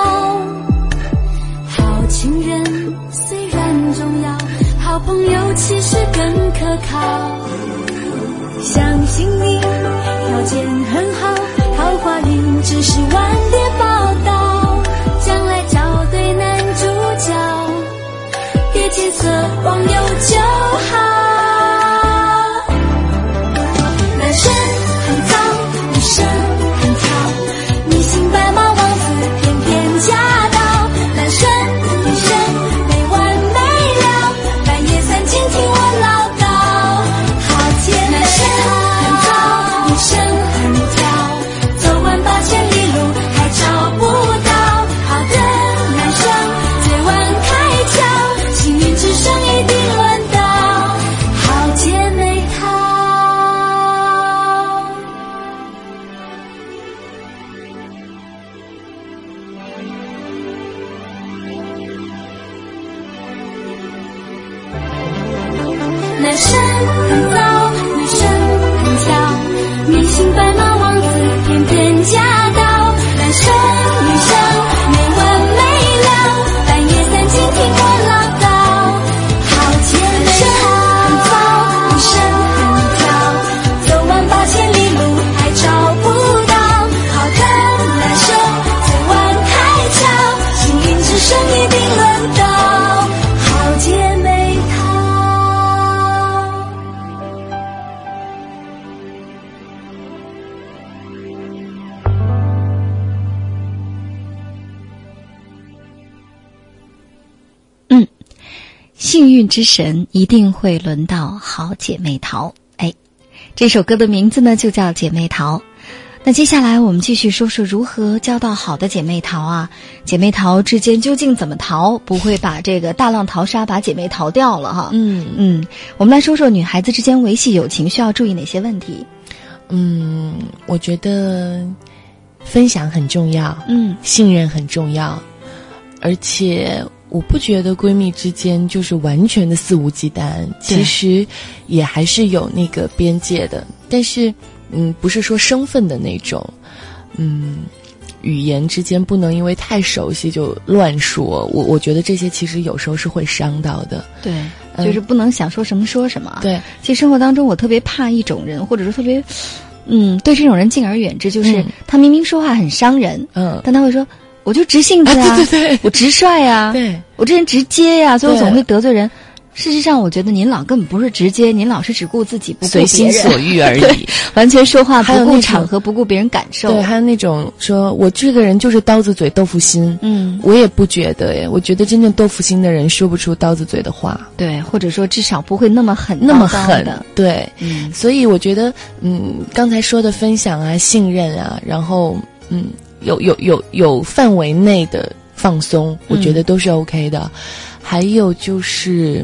好情人虽然重要，好朋友其实更可靠。相信你条件很好，桃花运只是晚点报道，将来找对男主角，别见色忘友就好。男生很糟，女生很挑，迷信白马王子偏偏驾到。男生女生没完没了，半夜三更听我唠叨，好姐妹。男生很糟，女生很挑，走完八千里路还找不到好的男生，最晚开窍，幸运之声一定轮到好姐妹淘。男生很糟，女生很挑，迷信白马王子偏偏驾到。男生女生没完没了，半夜三更听我唠叨，好姐妹淘。很糟，女生很挑，走完八千里路还找不到好的男生，最晚开窍，幸运之声一定轮到好姐妹淘。 幸运之神一定会轮到好姐妹淘。哎，这首歌的名字呢就叫姐妹淘。那接下来我们继续说说如何交到好的姐妹淘啊，姐妹淘之间究竟怎么淘，不会把这个大浪淘沙把姐妹淘掉了哈。 嗯嗯，我们来说说女孩子之间维系友情需要注意哪些问题。 嗯，我觉得分享很重要， 嗯， 信任很重要，而且我不觉得闺蜜之间就是完全的肆无忌惮，其实也还是有那个边界的，但是嗯，不是说生分的那种，嗯，语言之间不能因为太熟悉就乱说，我我觉得这些其实有时候是会伤到的。 对，就是不能想说什么说什么。 对， 其实生活当中我特别怕一种人，或者说特别，嗯，对这种人敬而远之，就是、嗯、他明明说话很伤人，嗯，但他会说我就直性子啊， 啊对对对， 我直率呀， 对， 我这人直接呀，所以我总会得罪人。事实上，我觉得您老根本不是直接，您老是只顾自己，不顾别人， 随心所欲而已， 完全说话不顾场合，不顾别人感受。 对，还有那种说我这个人就是刀子嘴豆腐心，嗯，我也不觉得耶，我觉得真正豆腐心的人说不出刀子嘴的话， 对，或者说至少不会那么狠， 那么狠的， 对，嗯，所以我觉得，嗯，刚才说的分享啊、信任啊，然后嗯，有有有有范围内的放松，我觉得都是 OK 的。嗯、还有就是。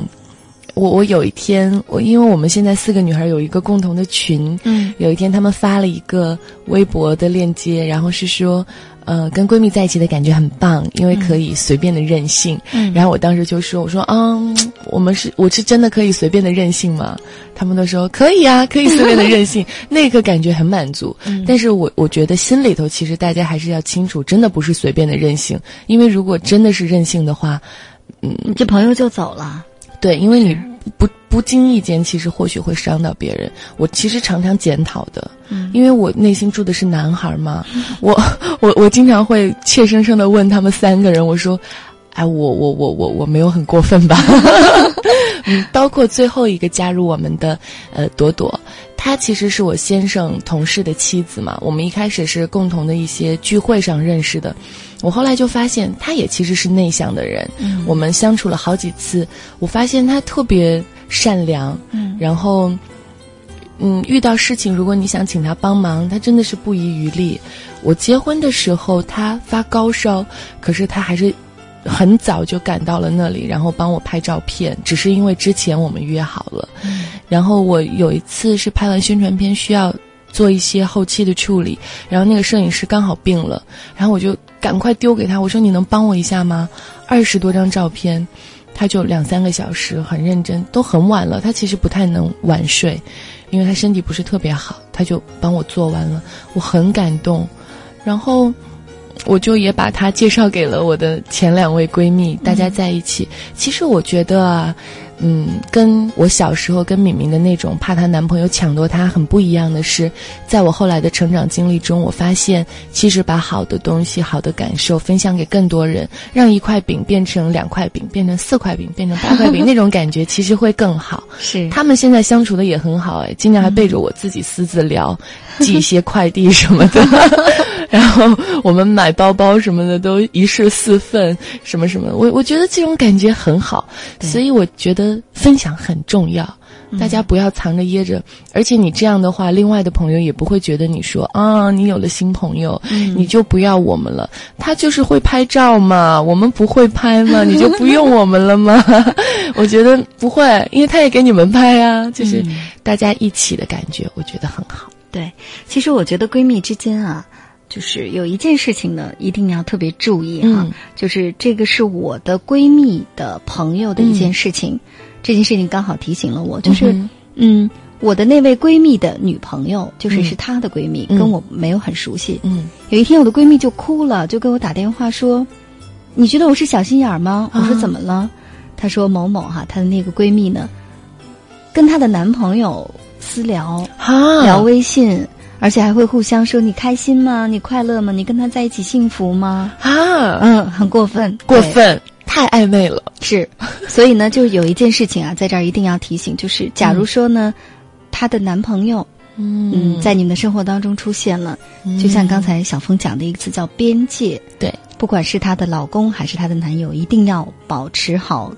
我我有一天，我因为我们现在四个女孩有一个共同的群，嗯，有一天她们发了一个微博的链接，然后是说，呃，跟闺蜜在一起的感觉很棒，因为可以随便的任性。嗯，然后我当时就说，我说，嗯，我们是我是真的可以随便的任性吗？他们都说可以啊，可以随便的任性，那个感觉很满足。嗯，但是我我觉得心里头其实大家还是要清楚，真的不是随便的任性，因为如果真的是任性的话，嗯， 你这朋友就走了。 对，因为你不不经意间，其实或许会伤到别人。我其实常常检讨的，嗯，因为我内心住的是男孩嘛，嗯、我我我经常会怯生生的问他们三个人，我说，哎，我我我我我没有很过分吧？嗯，包括最后一个加入我们的呃朵朵。她其实是我先生同事的妻子嘛，我们一开始是共同的一些聚会上认识的。我后来就发现她也其实是内向的人，嗯，我们相处了好几次，我发现她特别善良，嗯，然后嗯，遇到事情如果你想请她帮忙，她真的是不遗余力。我结婚的时候她发高烧，可是她还是很早就赶到了那里，然后帮我拍照片，只是因为之前我们约好了。嗯，然后我有一次是拍完宣传片需要做一些后期的处理，然后那个摄影师刚好病了，然后我就赶快丢给他，我说你能帮我一下吗？二十多张照片，他就两三个小时很认真，都很晚了，他其实不太能晚睡，因为他身体不是特别好，他就帮我做完了，我很感动。然后我就也把她介绍给了我的前两位闺蜜，大家在一起。嗯、其实我觉得啊，嗯，跟我小时候跟敏敏的那种怕她男朋友抢夺她很不一样的是，在我后来的成长经历中，我发现其实把好的东西、好的感受分享给更多人，让一块饼变成两块饼，变成四块饼，变成八块饼，那种感觉其实会更好。 是， 他们现在相处的也很好，哎，经常还背着我自己私自聊，嗯、寄一些快递什么的。然后我们买包包什么的都一式四份，什么什么，我我觉得这种感觉很好，所以我觉得分享很重要，大家不要藏着掖着，而且你这样的话，另外的朋友也不会觉得你说啊，你有了新朋友，嗯、你就不要我们了，他就是会拍照嘛，我们不会拍嘛，你就不用我们了吗？我觉得不会，因为他也给你们拍啊，就是大家一起的感觉，我觉得很好。 对，其实我觉得闺蜜之间啊，就是有一件事情呢，一定要特别注意哈，嗯、就是这个是我的闺蜜的朋友的一件事情，嗯、这件事情刚好提醒了我，就是嗯, 嗯，我的那位闺蜜的女朋友，就是是她的闺蜜，嗯、跟我没有很熟悉。嗯，有一天我的闺蜜就哭了，就给我打电话说：“你觉得我是小心眼吗？”我说：“怎么了？”她说：“某某哈，她的那个闺蜜呢，跟她的男朋友私聊，聊微信。”而且还会互相说你开心吗？你快乐吗？你跟他在一起幸福吗？啊，嗯，很过分， 过分，太暧昧了。 是，所以呢，就有一件事情啊，在这儿一定要提醒，就是假如说呢，她、嗯、的男朋友，嗯, 嗯，在你们的生活当中出现了，嗯、就像刚才小峰讲的一个词叫边界， 对， 不管是她的老公还是她的男友，一定要保持好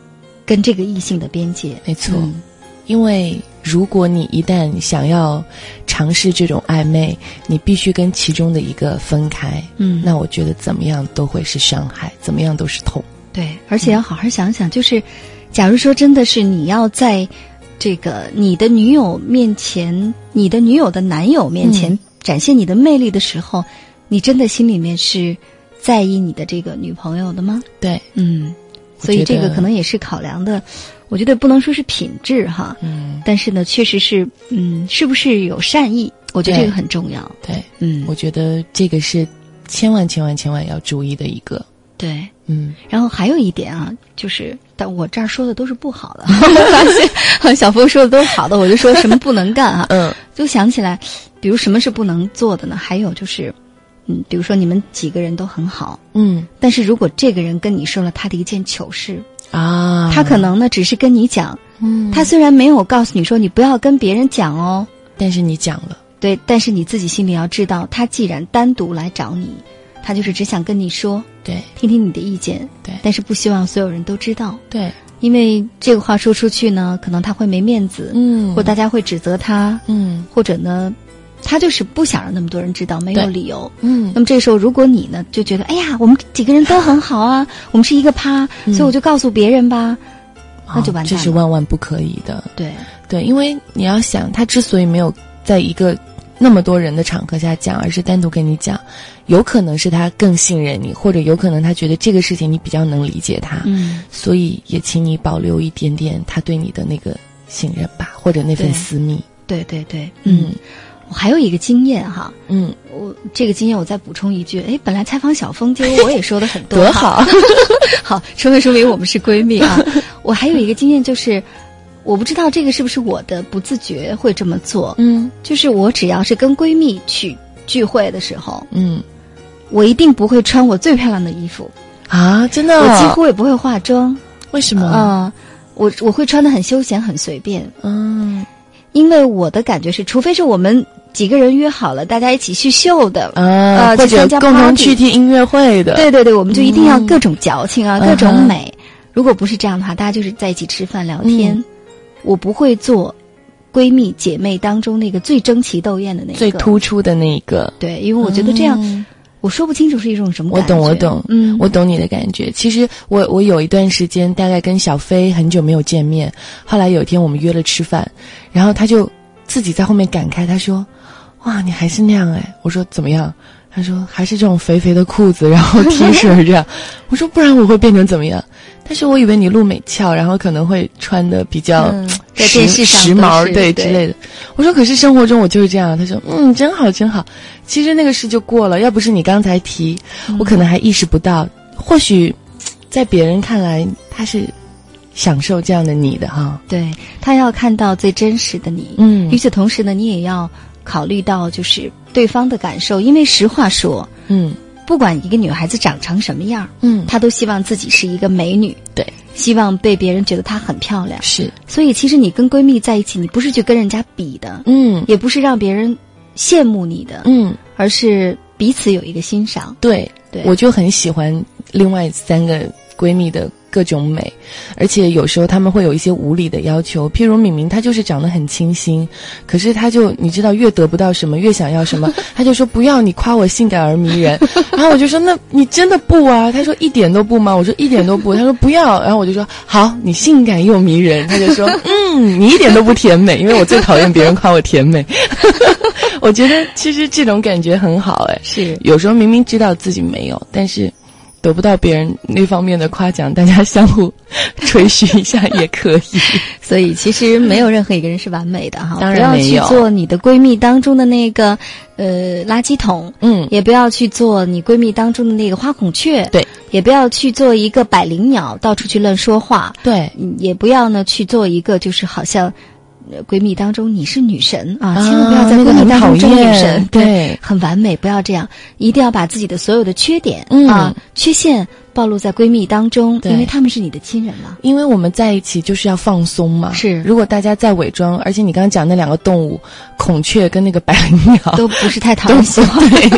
跟这个异性的边界。 没错、 嗯、 因为如果你一旦想要尝试这种暧昧，你必须跟其中的一个分开， 嗯， 那我觉得怎么样都会是伤害，怎么样都是痛。 对，而且要好好想想，就是假如说真的是你要在这个你的女友面前，你的女友的男友面前展现你的魅力的时候、嗯、你真的心里面是在意你的这个女朋友的吗？ 对， 嗯，所以这个可能也是考量的，我觉得不能说是品质哈，嗯，但是呢确实是嗯，是不是有善意，我觉得这个很重要。 对， 嗯， 我觉得这个是千万千万千万要注意的一个。 对， 嗯， 然后还有一点啊，就是但我这儿说的都是不好的，发现小峰说的都是好的，我就说什么不能干啊，嗯，就想起来，比如什么是不能做的呢？还有就是，嗯，比如说你们几个人都很好，嗯，但是如果这个人跟你说了他的一件糗事啊，他可能呢只是跟你讲，嗯，他虽然没有告诉你说你不要跟别人讲哦， 但是你讲了， 对，但是你自己心里要知道，他既然单独来找你。他就是只想跟你说， 对， 听听你的意见， 对， 但是不希望所有人都知道， 对， 因为这个话说出去呢，可能他会没面子，嗯，或大家会指责他，嗯，或者呢，他就是不想让那么多人知道，没有理由，嗯。那么这个时候，如果你呢就觉得，哎呀，我们几个人都很好啊，我们是一个趴，嗯、所以我就告诉别人吧， 哦、 那就完蛋了， 这是万万不可以的， 对对，因为你要想，他之所以没有在一个那么多人的场合下讲，而是单独跟你讲，有可能是他更信任你，或者有可能他觉得这个事情你比较能理解他，嗯，所以也请你保留一点点他对你的那个信任吧，或者那份私密。 对对对，嗯，嗯我还有一个经验哈，嗯，我这个经验我再补充一句，哎，本来采访小峰，结果我也说的很多， 多好， 好，说明说明我们是闺蜜啊。我还有一个经验就是。我不知道这个是不是我的不自觉会这么做，嗯，就是我只要是跟闺蜜去聚会的时候，嗯，我一定不会穿我最漂亮的衣服啊，真的、哦， 我几乎也不会化妆。 为什么？ 啊、呃，我我会穿得很休闲很随便，嗯，因为我的感觉是，除非是我们几个人约好了，大家一起去秀的，啊、呃， 或者共同去听音乐会的， 对对对，我们就一定要各种矫情啊，嗯、各种美。嗯、如果不是这样的话，大家就是在一起吃饭聊天。嗯我不会做闺蜜姐妹当中那个最争奇斗艳的那个最突出的那一个， 对，因为我觉得这样、嗯、我说不清楚是一种什么感觉。 我懂我懂嗯，我懂你的感觉。其实我我有一段时间大概跟小飞很久没有见面，后来有一天我们约了吃饭，然后他就自己在后面感慨，他说哇你还是那样哎，我说怎么样，他说还是这种肥肥的裤子然后 T 恤这样我说不然我会变成怎么样，但是我以为你路美俏，然后可能会穿的比较、嗯、 在电视上时髦对之类的。我说可是生活中我就是这样，他说嗯真好真好。其实那个事就过了，要不是你刚才提、嗯、我可能还意识不到，或许在别人看来他是享受这样的你的哈。 对，他要看到最真实的你，嗯，与此同时呢你也要考虑到就是对方的感受，因为实话说嗯不管一个女孩子长成什么样，嗯，她都希望自己是一个美女， 对， 希望被别人觉得她很漂亮， 是。 所以其实你跟闺蜜在一起，你不是去跟人家比的，嗯，也不是让别人羡慕你的，嗯，而是彼此有一个欣赏。 对，对，我就很喜欢另外三个闺蜜的各种美，而且有时候他们会有一些无理的要求，譬如敏敏她就是长得很清新，可是她就你知道越得不到什么越想要什么，她就说不要你夸我性感而迷人，然后我就说那你真的不啊？她说一点都不吗？我说一点都不，她说不要，然后我就说好你性感又迷人，她就说嗯你一点都不甜美，因为我最讨厌别人夸我甜美我觉得其实这种感觉很好哎， 是有时候明明知道自己没有，但是得不到别人那方面的夸奖，大家相互吹嘘一下也可以。 所以其实没有任何一个人是完美的哈， 当然没有。 不要去做你的闺蜜当中的那个呃垃圾桶，嗯，也不要去做你闺蜜当中的那个花孔雀， 对， 也不要去做一个百灵鸟，到处去乱说话， 对， 也不要呢去做一个就是好像。闺蜜当中你是女神啊，千万不要在闺蜜当中争女神， 啊那个、对， 很完美，不要这样，一定要把自己的所有的缺点、嗯、啊、缺陷暴露在闺蜜当中，因为她们是你的亲人嘛。 因为我们在一起就是要放松嘛。 是， 如果大家在伪装，而且你刚刚讲那两个动物，孔雀跟那个百灵鸟， 都不是太讨人喜欢， 对，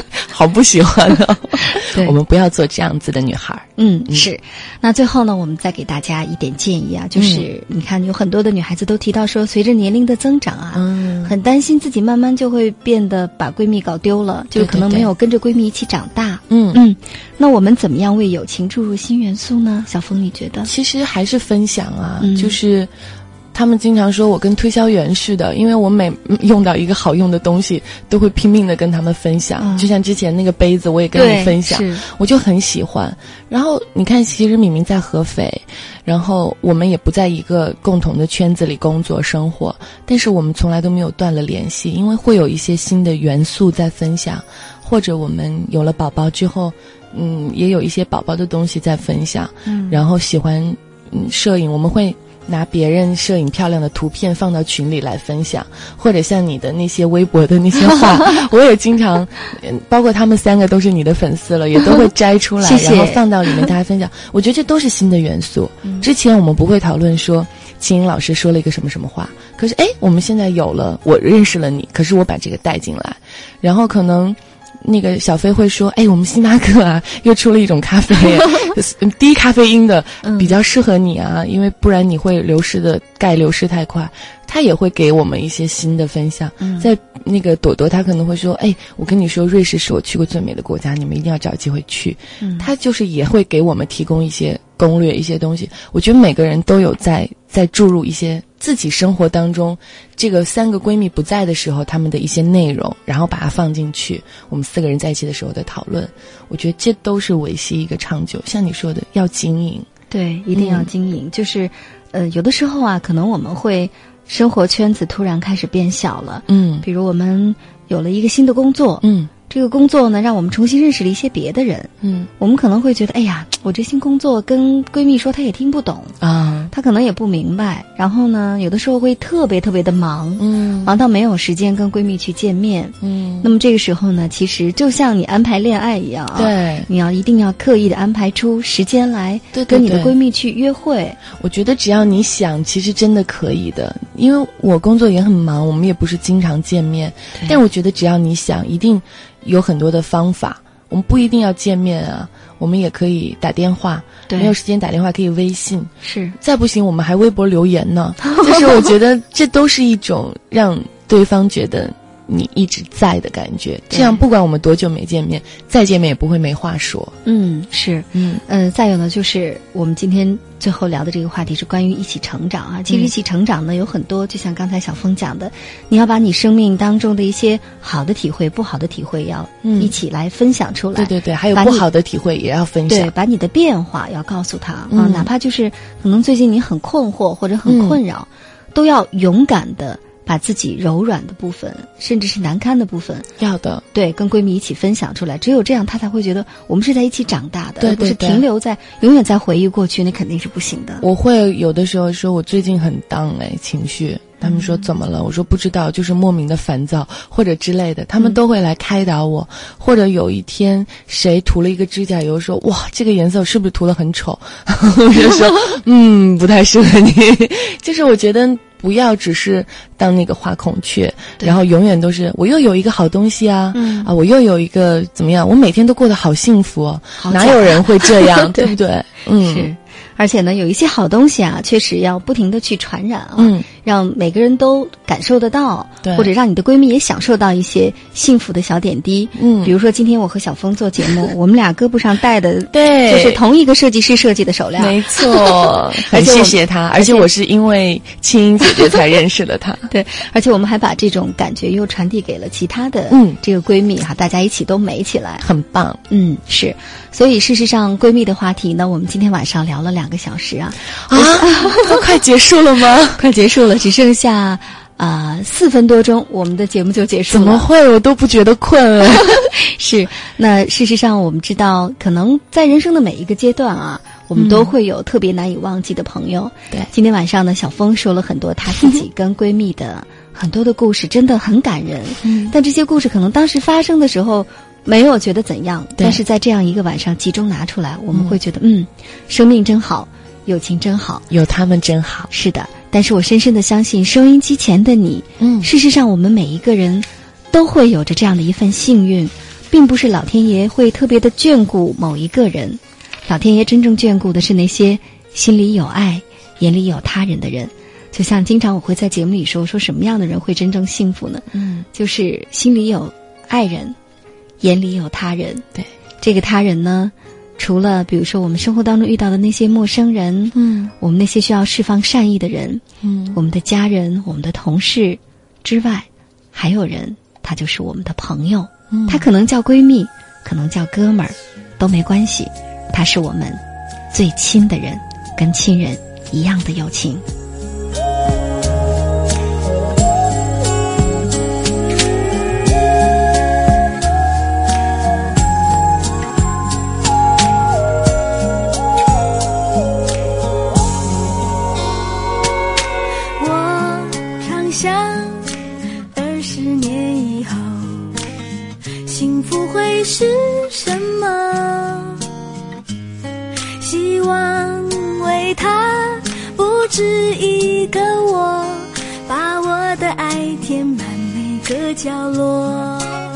好不喜欢的。我们不要做这样子的女孩。 嗯，是。那最后呢，我们再给大家一点建议啊，就是、嗯、你看有很多的女孩子都提到说，随着年龄的增长啊，嗯，很担心自己慢慢就会变得把闺蜜搞丢了，就可能没有跟着闺蜜一起长大。 嗯嗯，那我们怎么样为友情注入新元素呢？小峰，你觉得？ 其实还是分享啊，嗯、就是他们经常说我跟推销员似的，因为我每用到一个好用的东西都会拼命的跟他们分享、嗯、就像之前那个杯子我也跟你分享，我就很喜欢。然后你看，其实明明在合肥，然后我们也不在一个共同的圈子里工作生活，但是我们从来都没有断了联系，因为会有一些新的元素在分享，或者我们有了宝宝之后嗯，也有一些宝宝的东西在分享，嗯，然后喜欢嗯摄影，我们会拿别人摄影漂亮的图片放到群里来分享，或者像你的那些微博的那些话我也经常包括他们三个都是你的粉丝了，也都会摘出来谢谢然后放到里面大家分享。我觉得这都是新的元素、嗯、之前我们不会讨论说秦颖老师说了一个什么什么话，可是哎，我们现在有了，我认识了你，可是我把这个带进来，然后可能那个小飞会说，哎，我们星巴克啊又出了一种咖啡低咖啡因的比较适合你啊、嗯、因为不然你会流失的钙流失太快。他也会给我们一些新的分享、嗯、在那个朵朵他可能会说，哎，我跟你说瑞士是我去过最美的国家，你们一定要找机会去、嗯、他就是也会给我们提供一些攻略一些东西。我觉得每个人都有在在注入一些自己生活当中这个三个闺蜜不在的时候他们的一些内容，然后把它放进去，我们四个人在一起的时候的讨论，我觉得这都是维系一个长久。像你说的要经营， 对，一定要经营、嗯、就是呃，有的时候啊可能我们会生活圈子突然开始变小了，嗯，比如我们有了一个新的工作，嗯，这个工作呢让我们重新认识了一些别的人，嗯，我们可能会觉得，哎呀，我这新工作跟闺蜜说她也听不懂啊，她可能也不明白，然后呢有的时候会特别特别的忙，嗯，忙到没有时间跟闺蜜去见面，嗯，那么这个时候呢其实就像你安排恋爱一样啊，对，你要一定要刻意的安排出时间来跟你的闺蜜去约会。 对对对，我觉得只要你想其实真的可以的，因为我工作也很忙，我们也不是经常见面，但我觉得只要你想一定有很多的方法，我们不一定要见面啊，我们也可以打电话，没有时间打电话可以微信，是，再不行我们还微博留言呢就是我觉得这都是一种让对方觉得你一直在的感觉，这样不管我们多久没见面，再见面也不会没话说。 嗯，是，嗯呃，再有呢就是我们今天最后聊的这个话题是关于一起成长啊。其实一起成长呢有很多，就像刚才小峰讲的，你要把你生命当中的一些好的体会不好的体会要一起来分享出来、嗯、 对对对，还有不好的体会也要分享， 对，把你的变化要告诉他、嗯、啊，哪怕就是可能最近你很困惑或者很困扰、嗯、都要勇敢的把自己柔软的部分甚至是难堪的部分要的， 对，跟闺蜜一起分享出来，只有这样她才会觉得我们是在一起长大的， 对对对， 而不是停留在永远在回忆过去，那肯定是不行的。 我会有的时候说我最近很down哎，情绪，他们说怎么了、嗯、我说不知道，就是莫名的烦躁或者之类的，他们都会来开导我、嗯、或者有一天谁涂了一个指甲油说哇这个颜色是不是涂得很丑我就说嗯不太适合你就是我觉得不要只是当那个花孔雀，然后永远都是我又有一个好东西啊、嗯、啊我又有一个怎么样，我每天都过得好幸福哦，哪有人会这样对不对？嗯， 是。而且呢有一些好东西啊确实要不停地去传染啊、嗯、让每个人都感受得到，对，或者让你的闺蜜也享受到一些幸福的小点滴。嗯，比如说今天我和小峰做节目我们俩胳膊上戴的对，就是同一个设计师设计的手链， 没错很谢谢他，而且我是因为青音姐姐才认识了他对，而且我们还把这种感觉又传递给了其他的嗯这个闺蜜哈，大家一起都美起来， 很棒。 嗯，是。所以事实上闺蜜的话题呢我们今天晚上聊了两个小时啊啊都快结束了吗？ 快结束了，只剩下啊、呃、四分多钟我们的节目就结束了。 怎么会，我都不觉得困了是，那事实上我们知道可能在人生的每一个阶段啊我们都会有特别难以忘记的朋友、嗯、对，今天晚上呢小峰说了很多她自己跟闺蜜的很多的故事真的很感人、嗯、但这些故事可能当时发生的时候没有觉得怎样，但是在这样一个晚上集中拿出来，我们会觉得 嗯, 嗯生命真好，友情真好， 有他们真好。 是的，但是我深深的相信收音机前的你，嗯，事实上我们每一个人都会有着这样的一份幸运， 并不是老天爷会特别的眷顾某一个人，老天爷真正眷顾的是那些心里有爱、眼里有他人的人。就像经常我会在节目里说，说什么样的人会真正幸福呢？嗯，就是心里有爱人，眼里有他人。 对， 这个他人呢，除了比如说我们生活当中遇到的那些陌生人，嗯，我们那些需要释放善意的人，嗯，我们的家人、我们的同事之外，还有人，他就是我们的朋友。嗯，他可能叫闺蜜，可能叫哥们儿，都没关系，他是我们最亲的人，跟亲人一样的友情。 是什么？希望为他不止一个我，把我的爱填满每个角落。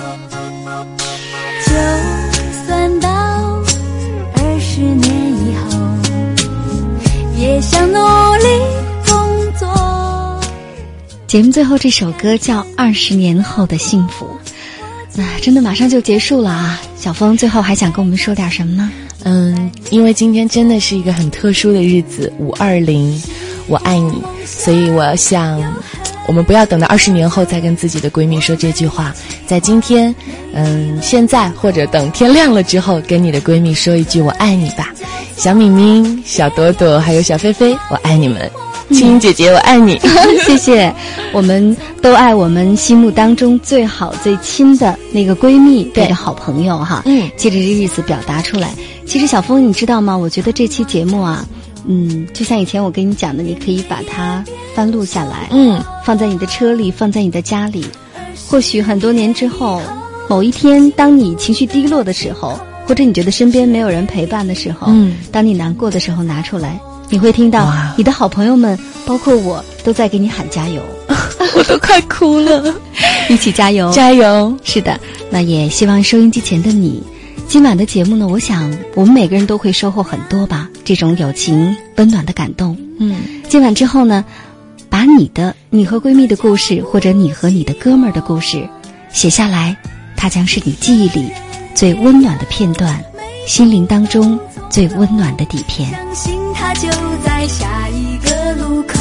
就算到二十年以后，也想努力工作。 节目最后这首歌叫《二十年后的幸福》。那真的马上就结束了啊！小峰最后还想跟我们说点什么呢？ 嗯，因为今天真的是一个很特殊的日子，五二零，我爱你，所以我想，我们不要等到二十年后再跟自己的闺蜜说这句话，在今天，嗯，现在或者等天亮了之后，跟你的闺蜜说一句我爱你吧。小敏敏、小朵朵还有小菲菲，我爱你们。青音姐姐我爱你。 谢谢，我们都爱我们心目当中最好最亲的那个闺蜜，那个好朋友哈。嗯，借着这日子表达出来。其实小峰你知道吗，我觉得这期节目啊，嗯，就像以前我跟你讲的，你可以把它翻录下来，嗯，放在你的车里，放在你的家里，或许很多年之后，某一天当你情绪低落的时候，或者你觉得身边没有人陪伴的时候，嗯，当你难过的时候拿出来，你会听到你的好朋友们，包括我，都在给你喊加油。 我都快哭了。 一起加油， 加油！ 是的，那也希望收音机前的你，今晚的节目呢，我想我们每个人都会收获很多吧，这种友情温暖的感动。嗯，今晚之后呢，把你的你和闺蜜的故事，或者你和你的哥们儿的故事写下来，它将是你记忆里最温暖的片段，心灵当中最温暖的底片。 相信它就在下一个路口，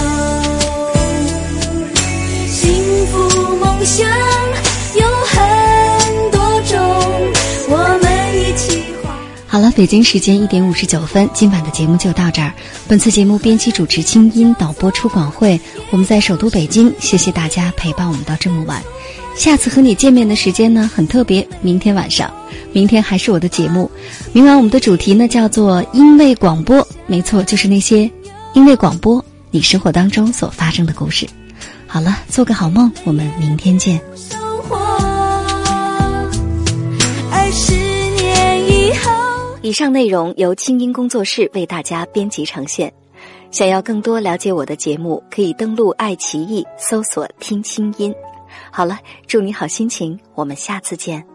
幸福梦想有很多种，我们一起画。 好了，北京时间一点五十九分，今晚的节目就到这儿。本次节目编辑主持清音，导播出广会，我们在首都北京，谢谢大家陪伴我们到这么晚。下次和你见面的时间呢很特别，明天晚上，明天还是我的节目。明晚我们的主题呢叫做因为广播，没错，就是那些因为广播你生活当中所发生的故事。好了，做个好梦，我们明天见。 收获二十年以后。 以上内容由清音工作室为大家编辑呈现。想要更多了解我的节目，可以登录爱奇艺搜索听清音。好了，祝你好心情，我们下次见。